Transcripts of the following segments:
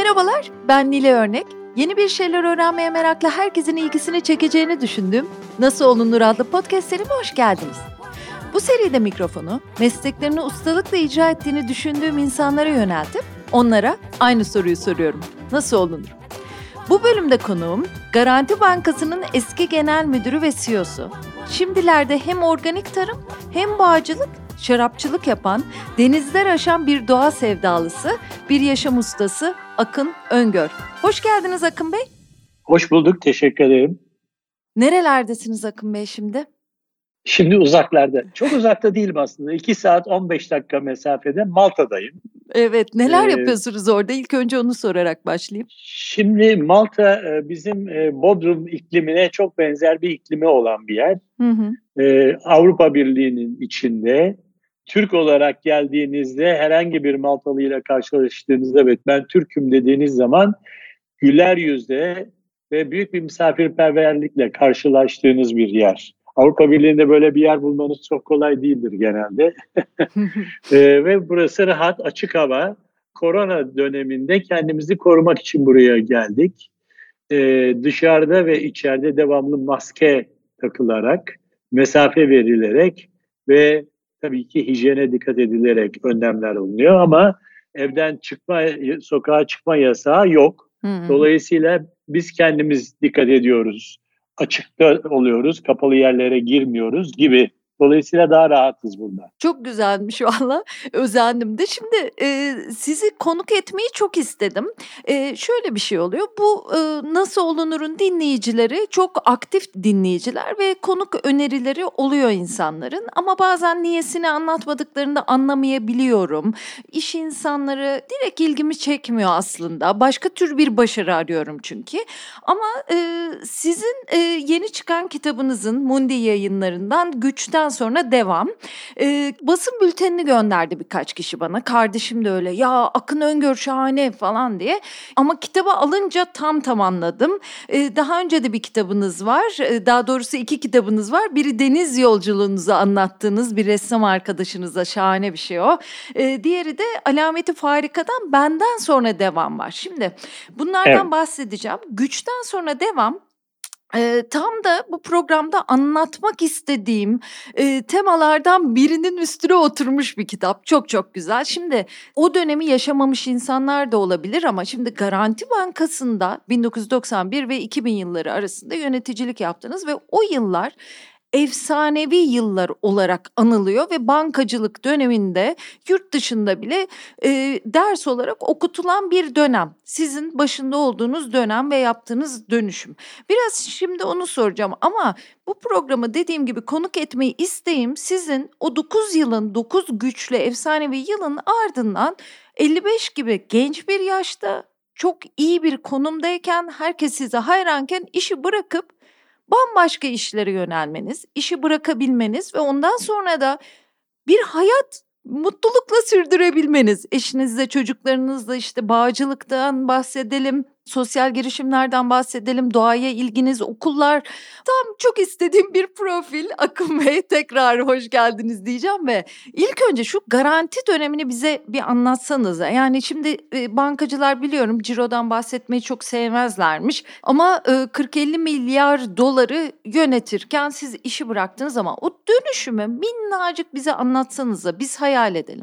Merhabalar, ben Nile Örnek. Yeni bir şeyler öğrenmeye merakla herkesin ilgisini çekeceğini düşündüğüm Nasıl Olunur adlı podcast serime hoş geldiniz. Bu seride mikrofonu mesleklerini ustalıkla icra ettiğini düşündüğüm insanlara yöneltip onlara aynı soruyu soruyorum. Nasıl olunur? Bu bölümde konuğum Garanti Bankası'nın eski genel müdürü ve CEO'su. Şimdilerde hem organik tarım hem bağcılık, şarapçılık yapan, denizler aşan bir doğa sevdalısı, bir yaşam ustası Akın Öngör. Hoş geldiniz Akın Bey. Hoş bulduk, teşekkür ederim. Nerelerdesiniz Akın Bey şimdi? Şimdi uzaklarda. Çok uzakta değilim aslında. 2 saat 15 dakika mesafede Malta'dayım. Evet, neler yapıyorsunuz orada? İlk önce onu sorarak başlayayım. Şimdi Malta bizim Bodrum iklimine çok benzer bir iklimi olan bir yer. Avrupa Birliği'nin içinde. Türk olarak geldiğinizde herhangi bir Maltalı ile karşılaştığınızda evet ben Türk'üm dediğiniz zaman güler yüzle ve büyük bir misafirperverlikle karşılaştığınız bir yer. Avrupa Birliği'nde böyle bir yer bulmanız çok kolay değildir genelde. Ve burası rahat, açık hava. Korona döneminde kendimizi korumak için buraya geldik. Dışarıda ve içeride devamlı maske takılarak, mesafe verilerek ve tabii ki hijyene dikkat edilerek önlemler alınıyor. Ama evden çıkma, sokağa çıkma yasağı yok. Dolayısıyla biz kendimiz dikkat ediyoruz. Açıkta oluyoruz, kapalı yerlere girmiyoruz gibi. Dolayısıyla daha rahatız burada. Çok güzelmiş valla. Özendim de. Şimdi sizi konuk etmeyi çok istedim. Şöyle bir şey oluyor. Bu Nasıl Olunur'un dinleyicileri çok aktif dinleyiciler ve konuk önerileri oluyor insanların. Ama bazen niyesini anlatmadıklarını da anlamayabiliyorum. İş insanları direkt ilgimi çekmiyor aslında. Başka tür bir başarı arıyorum çünkü. Ama sizin yeni çıkan kitabınızın Mundi Yayınları'ndan Güçten Sonra Devam. Basın bültenini gönderdi birkaç kişi bana. Kardeşim de öyle ya Akın Öngör şahane falan diye. Ama kitabı alınca tam anladım. Daha önce de bir kitabınız var. Daha doğrusu 2 kitabınız var. Biri deniz yolculuğunuzu anlattığınız bir ressam arkadaşınıza, şahane bir şey o. Diğeri de Alameti Farika'dan Benden Sonra Devam var. Şimdi bunlardan bahsedeceğim. Güçten Sonra Devam. Tam da bu programda anlatmak istediğim temalardan birinin üstüne oturmuş bir kitap. Çok güzel. Şimdi o dönemi yaşamamış insanlar da olabilir ama şimdi Garanti Bankası'nda 1991 ve 2000 yılları arasında yöneticilik yaptınız ve o yıllar efsanevi yıllar olarak anılıyor ve bankacılık döneminde yurt dışında bile ders olarak okutulan bir dönem. Sizin başında olduğunuz dönem ve yaptığınız dönüşüm. Biraz şimdi onu soracağım ama bu programı dediğim gibi konuk etmeyi isteğim sizin o 9 yılın, 9 güçlü efsanevi yılın ardından 55 gibi genç bir yaşta çok iyi bir konumdayken herkes size hayranken işi bırakıp bambaşka işlere yönelmeniz, işi bırakabilmeniz ve ondan sonra da bir hayat mutlulukla sürdürebilmeniz. Eşinizle, çocuklarınızla işte bağcılıktan bahsedelim, sosyal girişimlerden bahsedelim, doğaya ilginiz, okullar. Tam çok istediğim bir profil. Akın Bey tekrar hoş geldiniz diyeceğim ve ilk önce şu garanti dönemini bize bir anlatsanız. Yani şimdi bankacılar biliyorum cirodan bahsetmeyi çok sevmezlermiş ama 40-50 milyar doları yönetirken siz işi bıraktınız ama o dönüşümü minnacık bize anlatsanıza biz hayal edelim.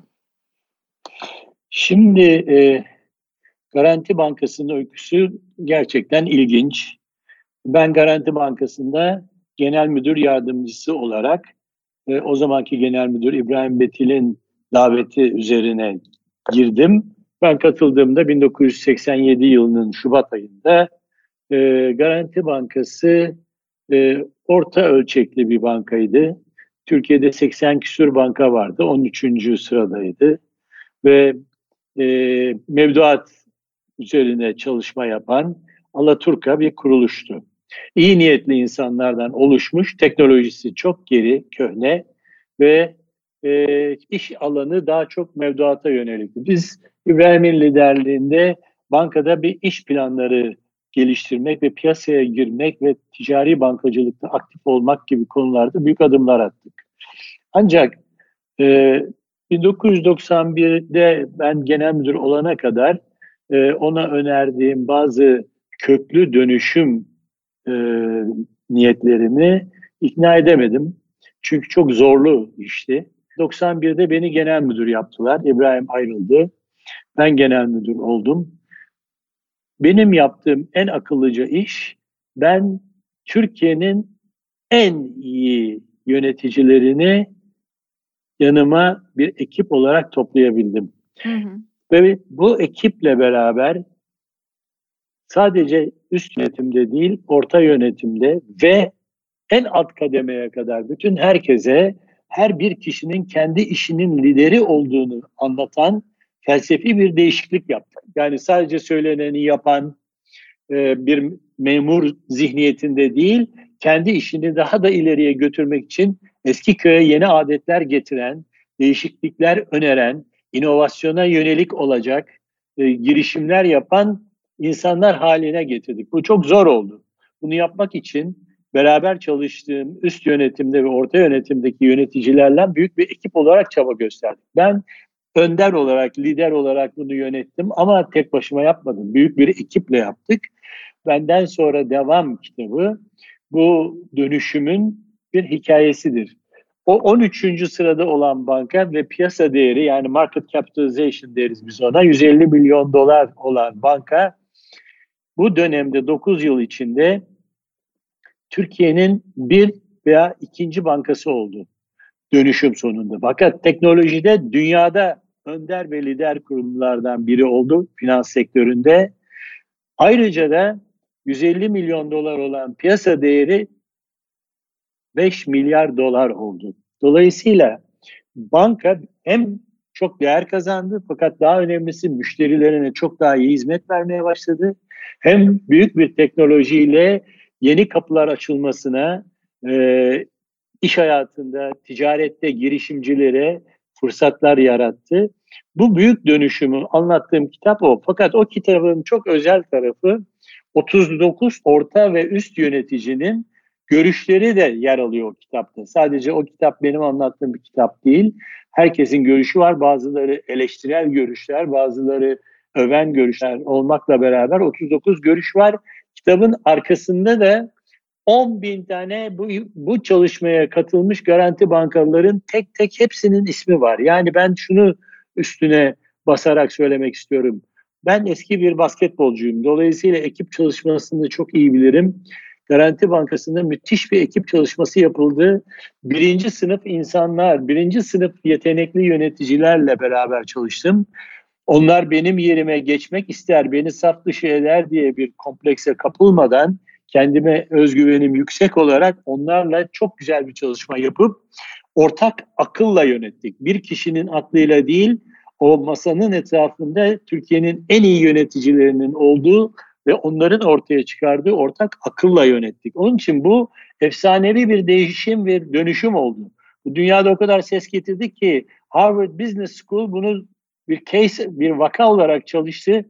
Şimdi Garanti Bankası'nın öyküsü gerçekten ilginç. Ben Garanti Bankası'nda genel müdür yardımcısı olarak o zamanki genel müdür İbrahim Betil'in daveti üzerine girdim. Ben katıldığımda 1987 yılının Şubat ayında Garanti Bankası orta ölçekli bir bankaydı. Türkiye'de 80 küsur banka vardı. 13. sıradaydı. Ve mevduat üzerine çalışma yapan Alaturka bir kuruluştu. İyi niyetli insanlardan oluşmuş, teknolojisi çok geri, köhne ve iş alanı daha çok mevduata yönelikti. Biz İbrahim'in liderliğinde bankada bir iş planları geliştirmek ve piyasaya girmek ve ticari bankacılıkta aktif olmak gibi konularda büyük adımlar attık. Ancak 1991'de ben genel müdür olana kadar ona önerdiğim bazı köklü dönüşüm e, niyetlerimi ikna edemedim. Çünkü çok zorlu işti. 91'de beni genel müdür yaptılar. İbrahim ayrıldı. Ben genel müdür oldum. Benim yaptığım en akıllıca iş, ben Türkiye'nin en iyi yöneticilerini yanıma bir ekip olarak toplayabildim. Hı hı. Ve bu ekiple beraber sadece üst yönetimde değil, orta yönetimde ve en alt kademeye kadar bütün herkese her bir kişinin kendi işinin lideri olduğunu anlatan felsefi bir değişiklik yaptık. Yani sadece söyleneni yapan bir memur zihniyetinde değil, kendi işini daha da ileriye götürmek için eski köye yeni adetler getiren, değişiklikler öneren, inovasyona yönelik olacak girişimler yapan insanlar haline getirdik. Bu çok zor oldu. Bunu yapmak için beraber çalıştığım üst yönetimde ve orta yönetimdeki yöneticilerle büyük bir ekip olarak çaba gösterdik. Ben önder olarak, lider olarak bunu yönettim ama tek başıma yapmadım. Büyük bir ekiple yaptık. Benden sonra devam kitabı bu dönüşümün bir hikayesidir. O 13. sırada olan banka ve piyasa değeri, yani market capitalization deriz biz ona, 150 milyon dolar olan banka bu dönemde 9 yıl içinde Türkiye'nin bir veya ikinci bankası oldu dönüşüm sonunda. Fakat teknolojide dünyada önder ve lider kurumlardan biri oldu finans sektöründe. Ayrıca da 150 milyon dolar olan piyasa değeri 5 milyar dolar oldu. Dolayısıyla banka hem çok değer kazandı, fakat daha önemlisi müşterilerine çok daha iyi hizmet vermeye başladı. Hem büyük bir teknolojiyle yeni kapılar açılmasına, iş hayatında, ticarette girişimcilere fırsatlar yarattı. Bu büyük dönüşümü anlattığım kitap o. Fakat o kitabın çok özel tarafı, 39 orta ve üst yöneticinin görüşleri de yer alıyor o kitapta. Sadece o kitap benim anlattığım bir kitap değil. Herkesin görüşü var. Bazıları eleştirel görüşler, bazıları öven görüşler olmakla beraber 39 görüş var. Kitabın arkasında da 10 bin tane bu çalışmaya katılmış garanti bankaların tek tek hepsinin ismi var. Yani ben şunu üstüne basarak söylemek istiyorum. Ben eski bir basketbolcuyum. Dolayısıyla ekip çalışmasını çok iyi bilirim. Garanti Bankası'nda müthiş bir ekip çalışması yapıldı. Birinci sınıf insanlar, birinci sınıf yetenekli yöneticilerle beraber çalıştım. Onlar benim yerime geçmek ister, beni saf dışı eder diye bir komplekse kapılmadan, kendime özgüvenim yüksek olarak onlarla çok güzel bir çalışma yapıp ortak akılla yönettik. Bir kişinin aklıyla değil, o masanın etrafında Türkiye'nin en iyi yöneticilerinin olduğu ve onların ortaya çıkardığı ortak akılla yönettik. Onun için bu efsanevi bir değişim ve dönüşüm oldu. Bu dünyada o kadar ses getirdik ki Harvard Business School bunu bir case, bir vaka olarak çalıştı.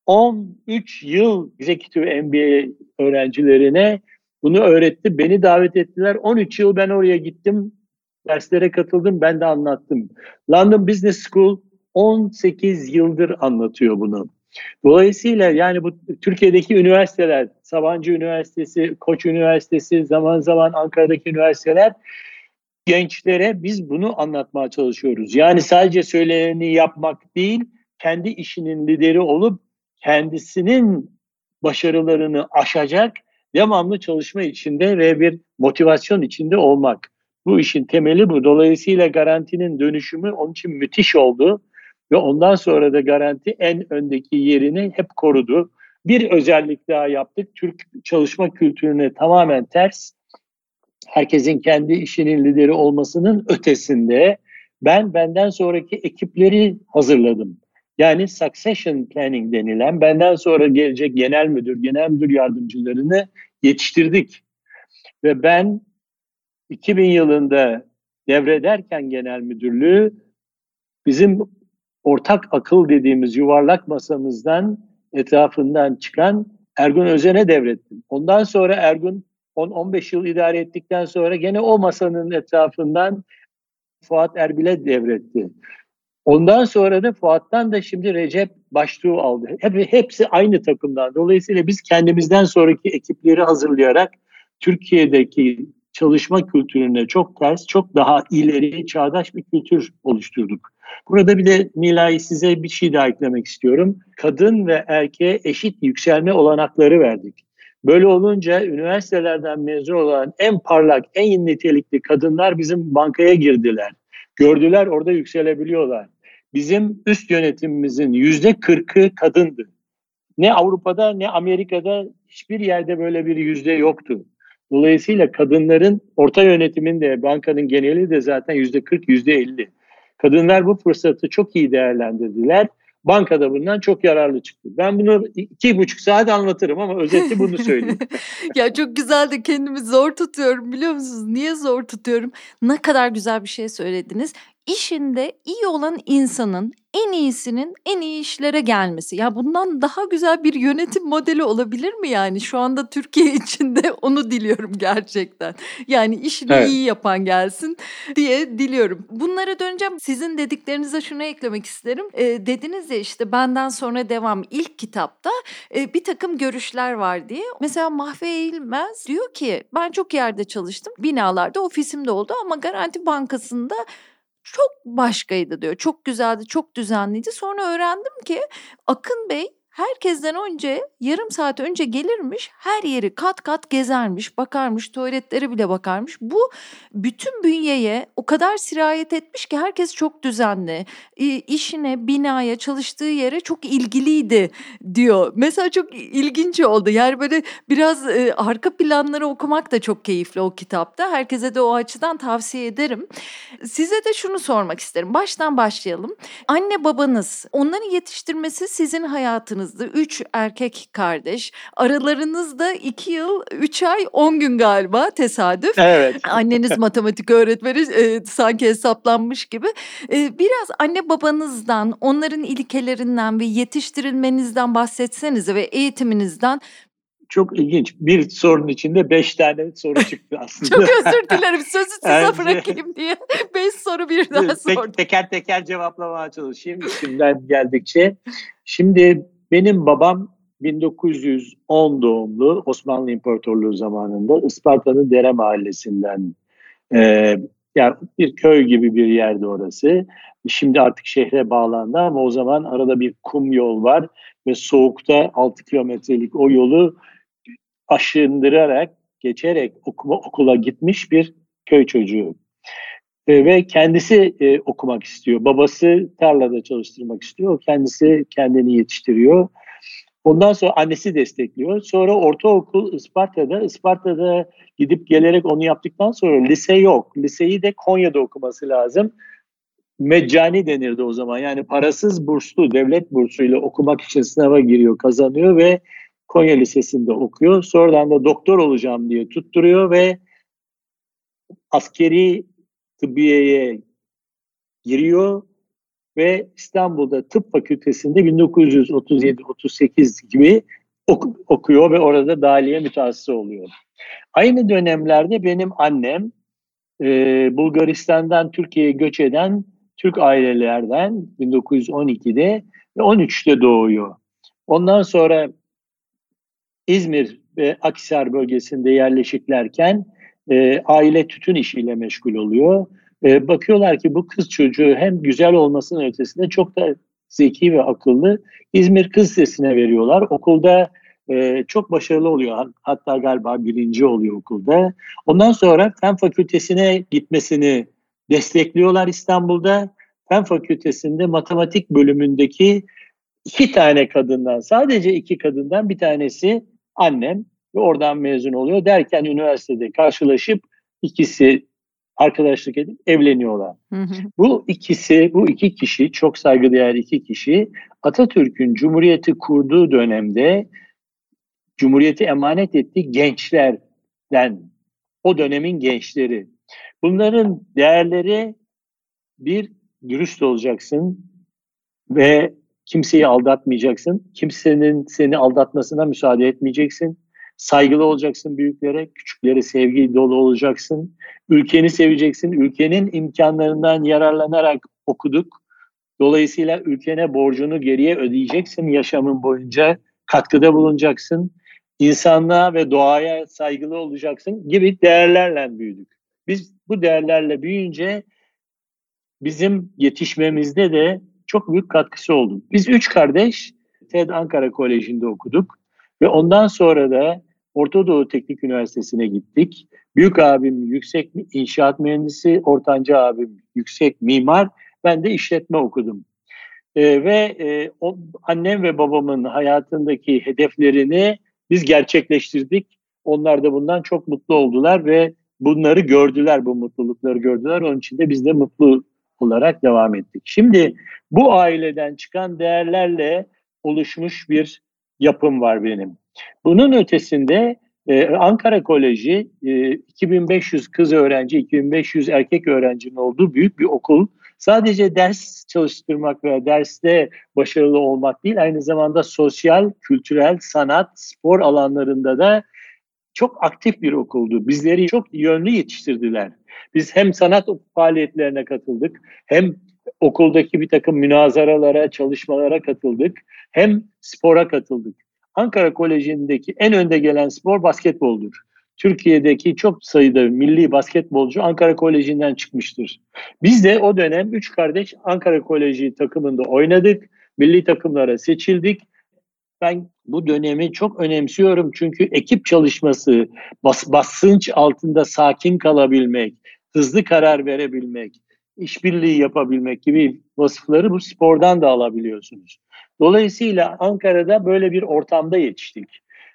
13 yıl Executive MBA öğrencilerine bunu öğretti. Beni davet ettiler. 13 yıl ben oraya gittim. Derslere katıldım. Ben de anlattım. London Business School 18 yıldır anlatıyor bunu. Dolayısıyla yani bu Türkiye'deki üniversiteler, Sabancı Üniversitesi, Koç Üniversitesi, zaman zaman Ankara'daki üniversiteler, gençlere biz bunu anlatmaya çalışıyoruz. Yani sadece söyleneni yapmak değil, kendi işinin lideri olup kendisinin başarılarını aşacak devamlı çalışma içinde ve bir motivasyon içinde olmak. Bu işin temeli bu. Dolayısıyla garantinin dönüşümü onun için müthiş oldu ve ondan sonra da garanti en öndeki yerini hep korudu. Bir özellik daha yaptık. Türk çalışma kültürüne tamamen ters. Herkesin kendi işinin lideri olmasının ötesinde benden sonraki ekipleri hazırladım. Yani succession planning denilen, benden sonra gelecek genel müdür yardımcılarını yetiştirdik. Ve ben 2000 yılında devrederken genel müdürlüğü, bizim ortak akıl dediğimiz yuvarlak masamızdan etrafından çıkan Ergun Özen'e devrettim. Ondan sonra Ergun 10-15 yıl idare ettikten sonra gene o masanın etrafından Fuat Erbil'e devretti. Ondan sonra da Fuat'tan da şimdi Recep başlığı aldı. Hepsi aynı takımdan. Dolayısıyla biz kendimizden sonraki ekipleri hazırlayarak Türkiye'deki çalışma kültürüne çok ters, çok daha ileri, çağdaş bir kültür oluşturduk. Burada bir de Nilay, size bir şey daha eklemek istiyorum. Kadın ve erkeğe eşit yükselme olanakları verdik. Böyle olunca üniversitelerden mezun olan en parlak, en nitelikli kadınlar bizim bankaya girdiler. Gördüler, orada yükselebiliyorlar. Bizim üst yönetimimizin %40'ı kadındı. Ne Avrupa'da ne Amerika'da hiçbir yerde böyle bir yüzde yoktu. Dolayısıyla kadınların orta yönetiminde, bankanın geneli de zaten %40, %50. Kadınlar bu fırsatı çok iyi değerlendirdiler. Bankada bundan çok yararlı çıktı. Ben bunu 2,5 saat anlatırım ama özeti bunu söyleyeyim. Ya çok güzel de kendimi zor tutuyorum, biliyor musunuz? Niye zor tutuyorum? Ne kadar güzel bir şey söylediniz. İşinde iyi olan insanın en iyisinin en iyi işlere gelmesi. Ya bundan daha güzel bir yönetim modeli olabilir mi yani? Şu anda Türkiye içinde onu diliyorum gerçekten. Yani işini Evet. iyi yapan gelsin diye diliyorum. Bunlara döneceğim. Sizin dediklerinize şunu eklemek isterim. Dediniz ya işte benden sonra devam, ilk kitapta bir takım görüşler var diye. Mesela Mahve Eğilmez diyor ki ben çok yerde çalıştım. Binalarda, ofisimde oldu ama Garanti Bankası'nda çok başkaydı diyor. Çok güzeldi, çok düzenliydi. Sonra öğrendim ki Akın Bey herkesten önce yarım saat önce gelirmiş, her yeri kat kat gezermiş, bakarmış, tuvaletlere bile bakarmış. Bu bütün bünyeye o kadar sirayet etmiş ki herkes çok düzenli, işine, binaya, çalıştığı yere çok ilgiliydi diyor. Mesela çok ilginç oldu. Yani böyle biraz arka planları okumak da çok keyifli o kitapta. Herkese de o açıdan tavsiye ederim. Size de şunu sormak isterim. Baştan başlayalım. Anne babanız, onların yetiştirmesi sizin hayatınızdı. 3 erkek kardeş. Aralarınızda 2 yıl, 3 ay, 10 gün galiba, tesadüf. Evet. Anneniz matematik öğretmeni, sanki hesaplanmış gibi. Biraz anne babanızdan, onların ilkelerinden ve yetiştirilmenizden bahsetsenize ve eğitiminizden. Çok ilginç. Bir sorunun içinde 5 tane soru çıktı aslında. Çok özür dilerim, sözü size Yani- bırakayım diye 5 soru birden sordum. Teker teker cevaplamaya çalışayım içimden geldikçe. Şimdi benim babam 1910 doğumlu, Osmanlı İmparatorluğu zamanında Isparta'nın Dere Mahallesi'nden, e, yani bir köy gibi bir yerde orası. Şimdi artık şehre bağlandı ama o zaman arada bir kum yol var ve soğukta 6 kilometrelik o yolu aşındırarak, geçerek okula gitmiş bir köy çocuğu. Ve kendisi okumak istiyor. Babası tarlada çalıştırmak istiyor. Kendisi kendini yetiştiriyor. Ondan sonra annesi destekliyor. Sonra ortaokul Isparta'da. Isparta'da gidip gelerek onu yaptıktan sonra lise yok. Liseyi de Konya'da okuması lazım. Meccani denirdi o zaman. Yani parasız burslu, devlet bursuyla okumak için sınava giriyor, kazanıyor ve Konya Lisesi'nde okuyor. Sonradan da doktor olacağım diye tutturuyor ve askeri tıbbiyeye giriyor ve İstanbul'da Tıp Fakültesi'nde 1937-38 gibi okuyor ve orada dahiliye mütehassısı oluyor. Aynı dönemlerde benim annem Bulgaristan'dan Türkiye'ye göç eden Türk ailelerden 1912'de ve 13'te doğuyor. Ondan sonra İzmir ve Akhisar bölgesinde yerleşiklerken aile tütün işiyle meşgul oluyor. Bakıyorlar ki bu kız çocuğu hem güzel olmasının ötesinde çok da zeki ve akıllı. İzmir Kız Lisesi'ne veriyorlar. Okulda çok başarılı oluyor. Hatta galiba birinci oluyor okulda. Ondan sonra Fen Fakültesi'ne gitmesini destekliyorlar İstanbul'da. Fen Fakültesi'nde matematik bölümündeki 2 tane kadından, sadece 2 kadından bir tanesi annem ve oradan mezun oluyor. Derken üniversitede karşılaşıp ikisi arkadaşlık edip evleniyorlar. Bu iki kişi, çok saygıdeğer 2 kişi, Atatürk'ün Cumhuriyeti kurduğu dönemde Cumhuriyeti emanet ettiği gençlerden, o dönemin gençleri. Bunların değerleri: bir, dürüst olacaksın ve kimseyi aldatmayacaksın. Kimsenin seni aldatmasına müsaade etmeyeceksin. Saygılı olacaksın büyüklere, küçüklere sevgi dolu olacaksın. Ülkeni seveceksin. Ülkenin imkanlarından yararlanarak okuduk. Dolayısıyla ülkene borcunu geriye ödeyeceksin, yaşamın boyunca katkıda bulunacaksın, insanlığa ve doğaya saygılı olacaksın gibi değerlerle büyüdük. Biz bu değerlerle büyüyünce bizim yetişmemizde de çok büyük katkısı oldu. Biz 3 kardeş TED Ankara Koleji'nde okuduk ve ondan sonra da Orta Doğu Teknik Üniversitesi'ne gittik. Büyük abim yüksek inşaat mühendisi, ortanca abim yüksek mimar, ben de işletme okudum. Annem ve babamın hayatındaki hedeflerini biz gerçekleştirdik. Onlar da bundan çok mutlu oldular ve bunları gördüler, bu mutlulukları gördüler. Onun için de biz de mutlu olarak devam ettik. Şimdi bu aileden çıkan değerlerle oluşmuş bir yapım var benim. Bunun ötesinde Ankara Koleji 2500 kız öğrenci, 2500 erkek öğrencinin olduğu büyük bir okul. Sadece ders çalıştırmak veya derste başarılı olmak değil, aynı zamanda sosyal, kültürel, sanat, spor alanlarında da çok aktif bir okuldu. Bizleri çok yönlü yetiştirdiler. Biz hem sanat faaliyetlerine katıldık, hem okuldaki bir takım münazaralara, çalışmalara katıldık, hem spora katıldık. Ankara Koleji'ndeki en önde gelen spor basketboldur. Türkiye'deki çok sayıda milli basketbolcu Ankara Koleji'nden çıkmıştır. Biz de o dönem 3 kardeş Ankara Koleji takımında oynadık, milli takımlara seçildik. Ben bu dönemi çok önemsiyorum çünkü ekip çalışması, basınç altında sakin kalabilmek, hızlı karar verebilmek, işbirliği yapabilmek gibi vasıfları bu spordan da alabiliyorsunuz. Dolayısıyla Ankara'da böyle bir ortamda yetiştik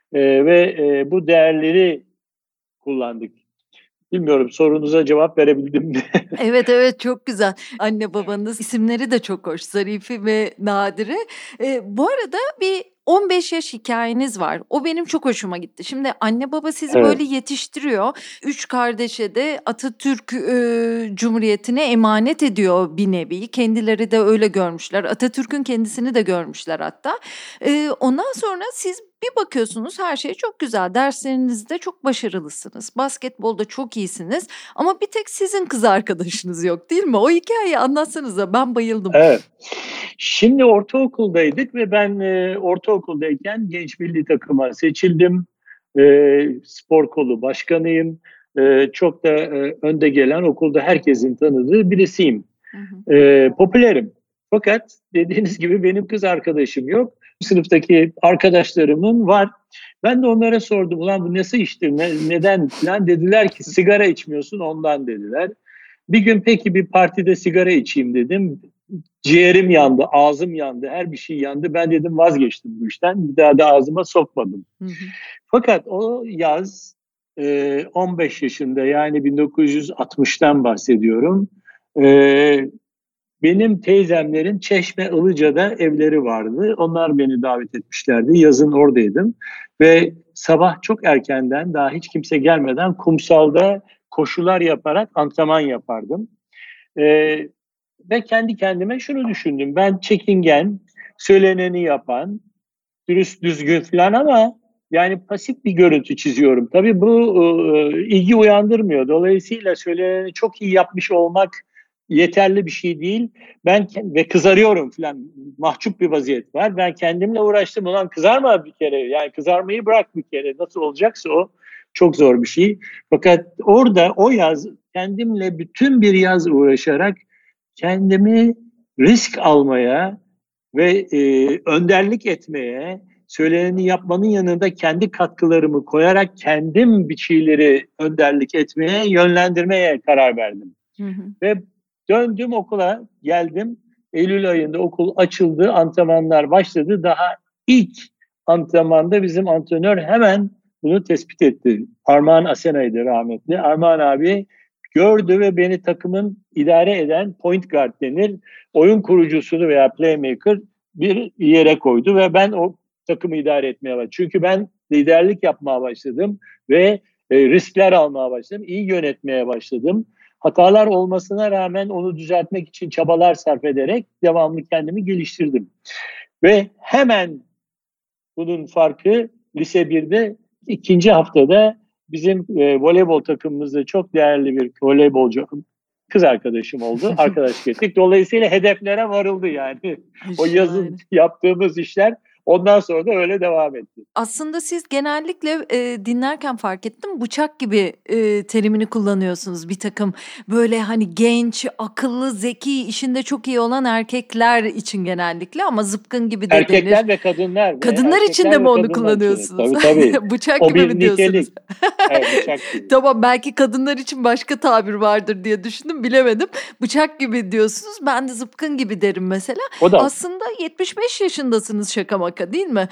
bu değerleri kullandık. Bilmiyorum, sorunuza cevap verebildim mi? Evet, evet, çok güzel. Anne babanız isimleri de çok hoş. Zarife ve Nadire. Bu arada bir 15 yaş hikayeniz var. O benim çok hoşuma gitti. Şimdi anne baba sizi Evet. böyle yetiştiriyor. 3 kardeşe de Atatürk Cumhuriyeti'ne emanet ediyor bir nevi. Kendileri de öyle görmüşler. Atatürk'ün kendisini de görmüşler hatta. Ondan sonra siz bir bakıyorsunuz her şey çok güzel. Derslerinizde çok başarılısınız. Basketbolda çok iyisiniz. Ama bir tek sizin kız arkadaşınız yok, değil mi? O hikayeyi anlatsanıza, ben bayıldım. Evet. Şimdi ortaokuldaydık ve ben ortaokuldayken genç milli takıma seçildim. Spor kolu başkanıyım. Çok da önde gelen, okulda herkesin tanıdığı birisiyim. Hı hı. Popülerim. Fakat dediğiniz gibi benim kız arkadaşım yok. Sınıftaki arkadaşlarımın var. Ben de onlara sordum. Ulan bu nasıl iştir, neden falan, dediler ki sigara içmiyorsun ondan dediler. Bir gün peki bir partide sigara içeyim dedim. Ciğerim yandı, ağzım yandı, her bir şey yandı. Ben dedim vazgeçtim bu işten. Bir daha da ağzıma sokmadım. Hı hı. Fakat o yaz 15 yaşında, yani 1960'tan bahsediyorum. Benim teyzemlerin Çeşme Ilıca'da evleri vardı. Onlar beni davet etmişlerdi. Yazın oradaydım. Ve sabah çok erkenden, daha hiç kimse gelmeden kumsalda koşular yaparak antrenman yapardım. Ve kendi kendime şunu düşündüm. Ben çekingen, söyleneni yapan, dürüst düzgün falan ama yani pasif bir görüntü çiziyorum. Tabii bu ilgi uyandırmıyor. Dolayısıyla söyleneni çok iyi yapmış olmak yeterli bir şey değil. Ve kızarıyorum falan. Mahcup bir vaziyet var. Ben kendimle uğraştım. Ulan kızarma bir kere. Yani kızarmayı bırak bir kere. Nasıl olacaksa o çok zor bir şey. Fakat orada o yaz kendimle bütün bir yaz uğraşarak kendimi risk almaya ve önderlik etmeye, söyleneni yapmanın yanında kendi katkılarımı koyarak kendim bir şeyleri önderlik etmeye, yönlendirmeye karar verdim. Hı hı. Ve döndüm okula, geldim. Eylül ayında okul açıldı, antrenmanlar başladı. Daha ilk antrenmanda bizim antrenör hemen bunu tespit etti. Armağan Asena'ydı rahmetli. Armağan abi gördü ve beni takımın idare eden point guard denir, oyun kurucusunu veya playmaker bir yere koydu ve ben o takımı idare etmeye başladım. Çünkü ben liderlik yapmaya başladım ve riskler almaya başladım, iyi yönetmeye başladım. Hatalar olmasına rağmen onu düzeltmek için çabalar sarf ederek devamlı kendimi geliştirdim. Ve hemen bunun farkı lise 1'de ikinci haftada bizim voleybol takımımızda çok değerli bir voleybolcu kız arkadaşım oldu. Arkadaşlık ettik. Dolayısıyla hedeflere varıldı yani. O yazın yaptığımız işler ondan sonra da öyle devam etti. Aslında siz genellikle dinlerken fark ettim, bıçak gibi terimini kullanıyorsunuz. Bir takım böyle hani genç, akıllı, zeki, işinde çok iyi olan erkekler için genellikle, ama zıpkın gibi de Erkekler denir. ve kadınlar. Kadınlar için de mi onu kullanıyorsunuz? Tabii. Bıçak O gibi bir mi diyorsunuz? nitelik. Evet, bıçak gibi. Tamam, belki kadınlar için başka tabir vardır diye düşündüm, bilemedim. Bıçak gibi diyorsunuz, ben de zıpkın gibi derim mesela. O da. Aslında 75 yaşındasınız şaka maka, değil mi?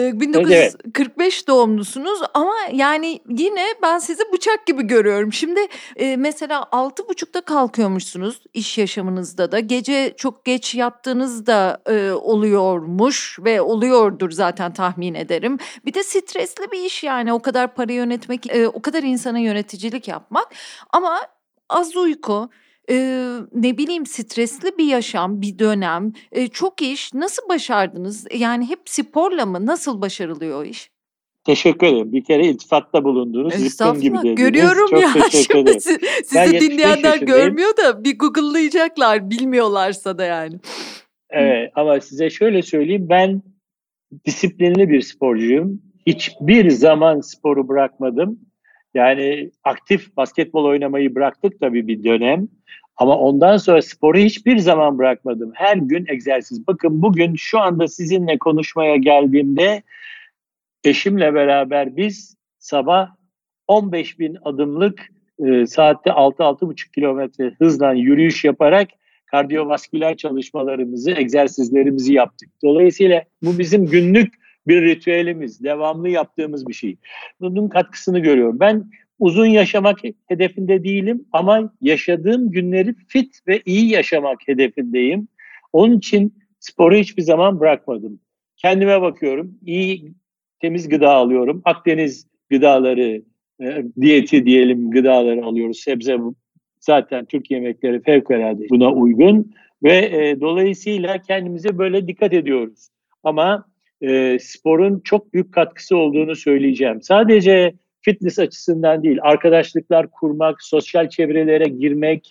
1945 doğumlusunuz ama yani yine ben sizi bıçak gibi görüyorum. Şimdi mesela 6.30'da kalkıyormuşsunuz iş yaşamınızda da. Gece çok geç yattığınızda oluyormuş ve oluyordur zaten, tahmin ederim. Bir de stresli bir iş yani, o kadar para yönetmek, o kadar insana yöneticilik yapmak, ama az uyku, ne bileyim, stresli bir yaşam, bir dönem, çok iş. Nasıl başardınız? Yani hep sporla mı? Nasıl başarılıyor o iş? Teşekkür ederim. Bir kere iltifatta bulundunuz. Zıpkın gibi Estağfurullah, dediniz. görüyorum Çok ya. teşekkür Şimdi ederim. Ben sizi 75 dinleyenler yaşındayım. görmüyor da bir Google'layacaklar, bilmiyorlarsa da yani. Evet, ama size şöyle söyleyeyim. Ben disiplinli bir sporcuyum. Hiçbir zaman sporu bırakmadım. Yani aktif basketbol oynamayı bıraktık tabii bir dönem. Ama ondan sonra sporu hiçbir zaman bırakmadım. Her gün egzersiz. Bakın bugün şu anda sizinle konuşmaya geldiğimde eşimle beraber biz sabah 15.000 adımlık saatte 6-6,5 kilometre hızla yürüyüş yaparak kardiyovasküler çalışmalarımızı, egzersizlerimizi yaptık. Dolayısıyla bu bizim günlük bir ritüelimiz, devamlı yaptığımız bir şey. Bunun katkısını görüyorum. Ben uzun yaşamak hedefinde değilim ama yaşadığım günleri fit ve iyi yaşamak hedefindeyim. Onun için sporu hiçbir zaman bırakmadım. Kendime bakıyorum, iyi temiz gıda alıyorum. Akdeniz gıdaları, diyeti diyelim, gıdaları alıyoruz. Sebze zaten Türk yemekleri fevkalade buna uygun ve dolayısıyla kendimize böyle dikkat ediyoruz. Ama sporun çok büyük katkısı olduğunu söyleyeceğim. Sadece fitness açısından değil, arkadaşlıklar kurmak, sosyal çevrelere girmek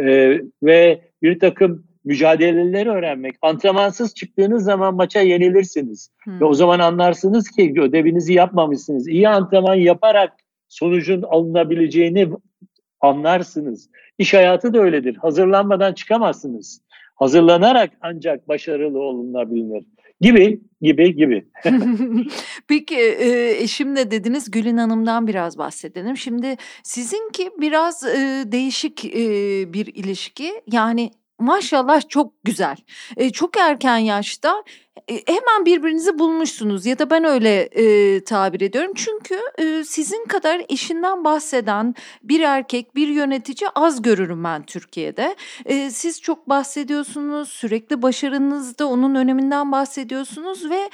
ve bir takım mücadeleleri öğrenmek. Antrenmansız çıktığınız zaman maça yenilirsiniz. Ve o zaman anlarsınız ki ödevinizi yapmamışsınız. İyi antrenman yaparak sonucun alınabileceğini anlarsınız. İş hayatı da öyledir. Hazırlanmadan çıkamazsınız. Hazırlanarak ancak başarılı olunabilir. Gibi. Peki eşimle dediniz, Gülin Hanım'dan biraz bahsedelim. Şimdi sizinki biraz değişik bir ilişki. Yani maşallah çok güzel. Çok erken yaşta hemen birbirinizi bulmuşsunuz, ya da ben öyle tabir ediyorum. Çünkü sizin kadar eşinden bahseden bir erkek, bir yönetici az görürüm ben Türkiye'de. Siz çok bahsediyorsunuz, sürekli başarınızda onun öneminden bahsediyorsunuz ve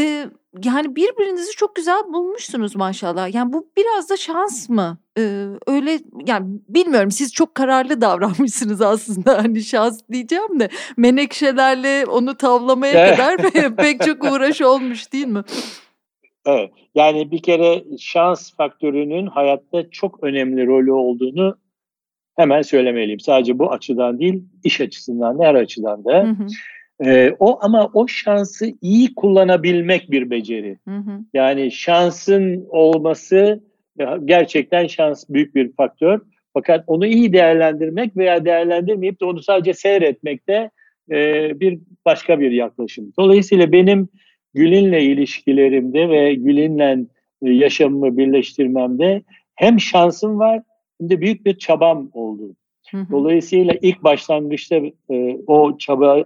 yani birbirinizi çok güzel bulmuşsunuz maşallah. Yani bu biraz da şans mı? Öyle yani, bilmiyorum, siz çok kararlı davranmışsınız aslında, hani şans diyeceğim de menekşelerle onu tavlamaya kadar pek çok uğraş olmuş, değil mi? Evet. Yani bir kere şans faktörünün hayatta çok önemli rolü olduğunu hemen söylemeliyim. Sadece bu açıdan değil, iş açısından da, her açıdan da. Hı hı. Ama o şansı iyi kullanabilmek bir beceri. Hı hı. Yani şansın olması, gerçekten şans büyük bir faktör. Fakat onu iyi değerlendirmek veya değerlendirmeyip de onu sadece seyretmek de bir başka bir yaklaşım. Dolayısıyla benim Gülin'le ilişkilerimde ve Gülin'le yaşamımı birleştirmemde hem şansım var hem de büyük bir çabam oldu. Hı hı. Dolayısıyla ilk başlangıçta o çaba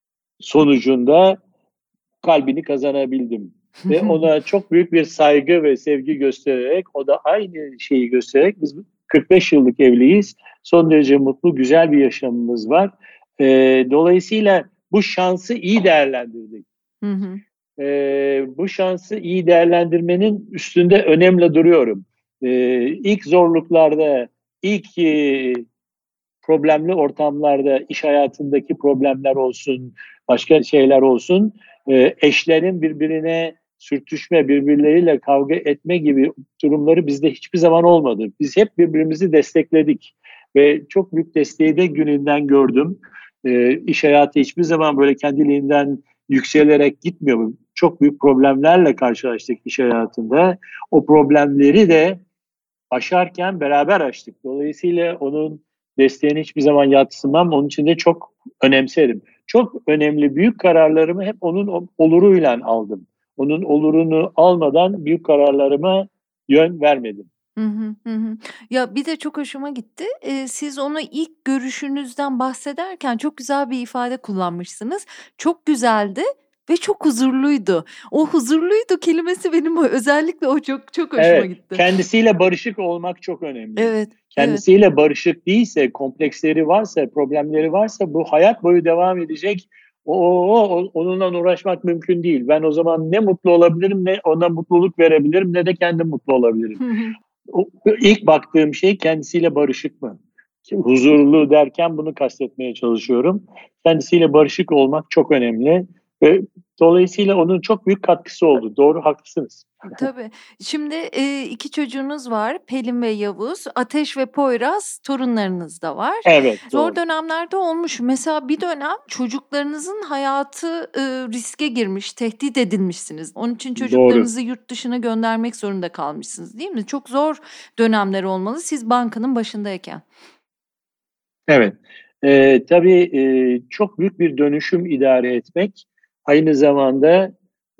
sonucunda kalbini kazanabildim. Ve ona çok büyük bir saygı ve sevgi göstererek, o da aynı şeyi göstererek, biz 45 yıllık evliyiz. Son derece mutlu, güzel bir yaşamımız var. Dolayısıyla bu şansı iyi değerlendirdik. Hı hı. Bu şansı iyi değerlendirmenin üstünde önemli duruyorum. İlk zorluklarda, ilk problemli ortamlarda, iş hayatındaki problemler olsun, başka şeyler olsun, eşlerin birbirine sürtüşme, birbirleriyle kavga etme gibi durumları bizde hiçbir zaman olmadı. Biz hep birbirimizi destekledik ve çok büyük desteği de gününden gördüm. İş hayatı hiçbir zaman böyle kendiliğinden yükselerek gitmiyor. Çok büyük problemlerle karşılaştık iş hayatında. O problemleri de aşarken beraber aştık. Dolayısıyla onun desteğini hiçbir zaman yadsımam. Onun için de çok önemserim. Çok önemli büyük kararlarımı hep onun oluruyla aldım. Onun olurunu almadan büyük kararlarıma yön vermedim. Hı hı, hı hı. Ya, bir de çok hoşuma gitti. Siz onu ilk görüşünüzden bahsederken çok güzel bir ifade kullanmışsınız. "Çok güzeldi ve çok huzurluydu." O "huzurluydu" kelimesi benim özellikle o çok hoşuma Evet, gitti. kendisiyle barışık olmak çok önemli. Evet, evet. Kendisiyle barışık değilse, kompleksleri varsa, problemleri varsa bu hayat boyu devam edecek. Onunla uğraşmak mümkün değil. Ben o zaman ne mutlu olabilirim, ne ona mutluluk verebilirim, ne de kendim mutlu olabilirim. Hı hı. İlk baktığım şey kendisiyle barışık mı? Huzurlu derken bunu kastetmeye çalışıyorum. Kendisiyle barışık olmak çok önemli ve dolayısıyla onun çok büyük katkısı oldu. Doğru, haklısınız. Tabii. Şimdi, 2 çocuğunuz var, Pelin ve Yavuz. Ateş ve Poyraz torunlarınız da var. Evet, Zor doğru. dönemlerde olmuş. Mesela bir dönem çocuklarınızın hayatı, riske girmiş, tehdit edilmişsiniz. Onun için Doğru. çocuklarınızı yurt dışına göndermek zorunda kalmışsınız, değil mi? Çok zor dönemler olmalı siz bankanın başındayken. Evet. Tabii, çok büyük bir dönüşüm idare etmek aynı zamanda,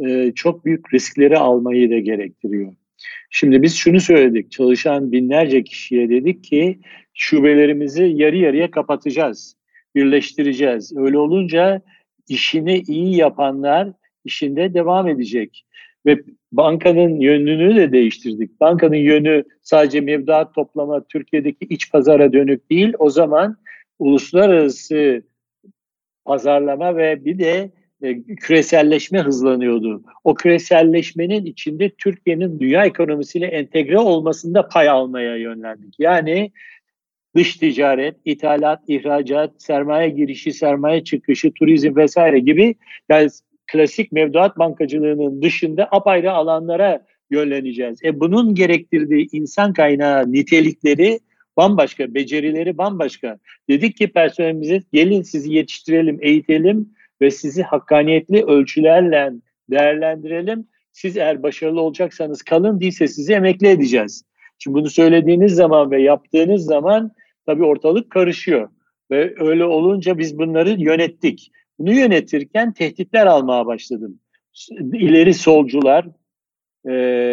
çok büyük riskleri almayı da gerektiriyor. Şimdi biz şunu söyledik, çalışan binlerce kişiye dedik ki şubelerimizi yarı yarıya kapatacağız, birleştireceğiz. Öyle olunca işini iyi yapanlar işinde devam edecek ve bankanın yönünü de değiştirdik. Bankanın yönü sadece mevduat toplama, Türkiye'deki iç pazara dönük değil, o zaman uluslararası pazarlama ve bir de küreselleşme hızlanıyordu. O küreselleşmenin içinde Türkiye'nin dünya ekonomisiyle entegre olmasında pay almaya yönlendik. Yani dış ticaret, ithalat, ihracat, sermaye girişi, sermaye çıkışı, turizm vesaire gibi yani klasik mevduat bankacılığının dışında apayrı alanlara yönleneceğiz. Bunun gerektirdiği insan kaynağı nitelikleri bambaşka, becerileri bambaşka. Dedik ki personelimize gelin sizi yetiştirelim, eğitelim ve sizi hakkaniyetli ölçülerle değerlendirelim. Siz eğer başarılı olacaksanız kalın, değilse sizi emekli edeceğiz. Şimdi bunu söylediğiniz zaman ve yaptığınız zaman tabii ortalık karışıyor ve öyle olunca biz bunları yönettik. Bunu yönetirken tehditler almaya başladım. İleri solcular e,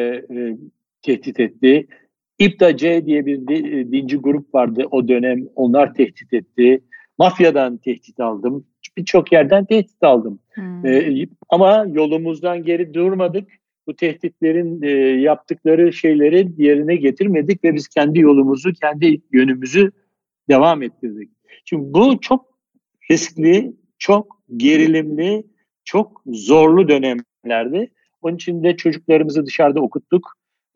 e, tehdit etti. İPTA-C diye bir dinci grup vardı o dönem. Onlar tehdit etti. Mafyadan tehdit aldım. Birçok yerden tehdit aldım. Hımm. Ama yolumuzdan geri durmadık. Bu tehditlerin yaptıkları şeyleri yerine getirmedik ve biz kendi yolumuzu, kendi yönümüzü devam ettirdik. Şimdi bu çok riskli, çok gerilimli, çok zorlu dönemlerdi. Onun için de çocuklarımızı dışarıda okuttuk.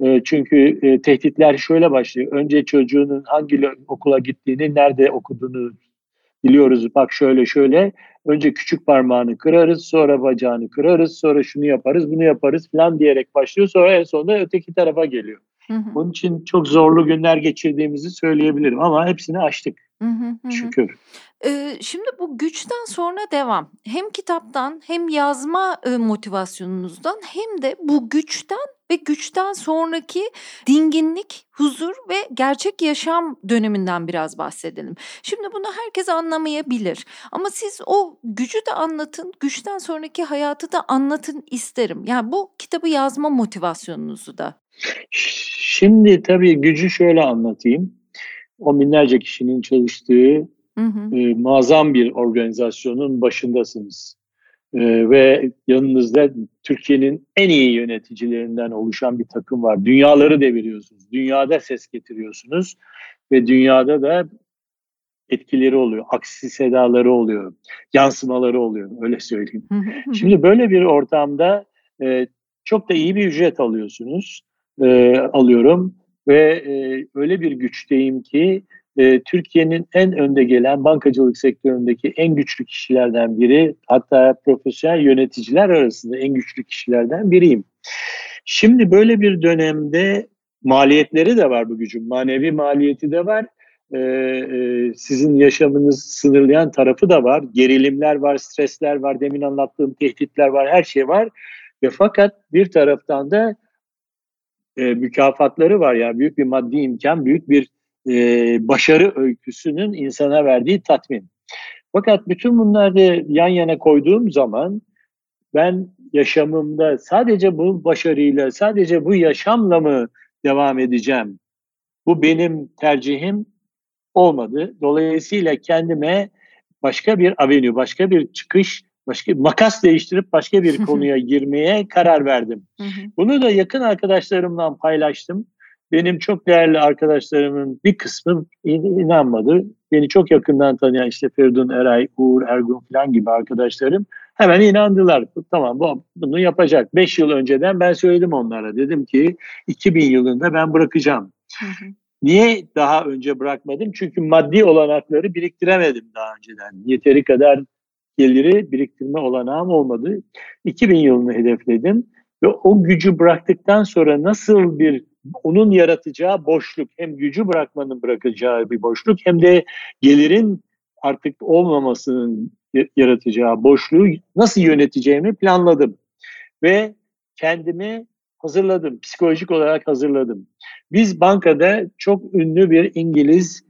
Çünkü tehditler şöyle başlıyor. Önce çocuğunun hangi okula gittiğini, nerede okuduğunu biliyoruz. Bak şöyle şöyle. Önce küçük parmağını kırarız, sonra bacağını kırarız, sonra şunu yaparız, bunu yaparız falan diyerek başlıyor. Sonra en sonunda öteki tarafa geliyor. Hı hı. Onun için çok zorlu günler geçirdiğimizi söyleyebilirim ama hepsini aştık Hı hı. Hı hı. şükür. Şimdi bu güçten sonra devam. Hem kitaptan hem yazma, motivasyonunuzdan hem de bu güçten ve güçten sonraki dinginlik, huzur ve gerçek yaşam döneminden biraz bahsedelim. Şimdi bunu herkes anlamayabilir ama siz o gücü de anlatın, güçten sonraki hayatı da anlatın isterim. Yani bu kitabı yazma motivasyonunuzu da. Şimdi tabii gücü şöyle anlatayım. On binlerce kişinin çalıştığı Hı hı. muazzam bir organizasyonun başındasınız. Ve yanınızda Türkiye'nin en iyi yöneticilerinden oluşan bir takım var. Dünyaları deviriyorsunuz. Dünyada ses getiriyorsunuz ve dünyada da etkileri oluyor. Aksi sedaları oluyor. Yansımaları oluyor. Öyle söyleyeyim. Hı hı. Hı hı. Şimdi böyle bir ortamda çok da iyi bir ücret alıyorsunuz. Alıyorum ve öyle bir güçteyim ki Türkiye'nin en önde gelen bankacılık sektöründeki en güçlü kişilerden biri, hatta profesyonel yöneticiler arasında en güçlü kişilerden biriyim. Şimdi böyle bir dönemde maliyetleri de var bu gücün. Manevi maliyeti de var. sizin yaşamınızı sınırlayan tarafı da var. Gerilimler var, stresler var, demin anlattığım tehditler var, her şey var. Ve fakat bir taraftan da mükafatları var. Yani büyük bir maddi imkan, büyük bir başarı öyküsünün insana verdiği tatmin. Fakat bütün bunları yan yana koyduğum zaman ben yaşamımda sadece bu başarıyla, sadece bu yaşamla mı devam edeceğim? Bu benim tercihim olmadı. Dolayısıyla kendime başka bir avenue, başka bir çıkış, başka bir makas değiştirip başka bir konuya girmeye karar verdim. Bunu da yakın arkadaşlarımla paylaştım. Benim çok değerli arkadaşlarımın bir kısmı inanmadı. Beni çok yakından tanıyan işte Feridun Eray, Uğur Ergun falan gibi arkadaşlarım hemen inandılar. Tamam, bunu yapacak. 5 yıl önceden ben söyledim onlara. Dedim ki 2000 yılında ben bırakacağım. Niye daha önce bırakmadım? Çünkü maddi olanakları biriktiremedim daha önceden. Yeteri kadar geliri biriktirme olanağım olmadı. 2000 yılını hedefledim ve o gücü bıraktıktan sonra nasıl onun yaratacağı boşluk, hem gücü bırakmanın bırakacağı bir boşluk hem de gelirin artık olmamasının yaratacağı boşluğu nasıl yöneteceğimi planladım ve kendimi hazırladım, psikolojik olarak hazırladım. Biz bankada çok ünlü bir İngiliz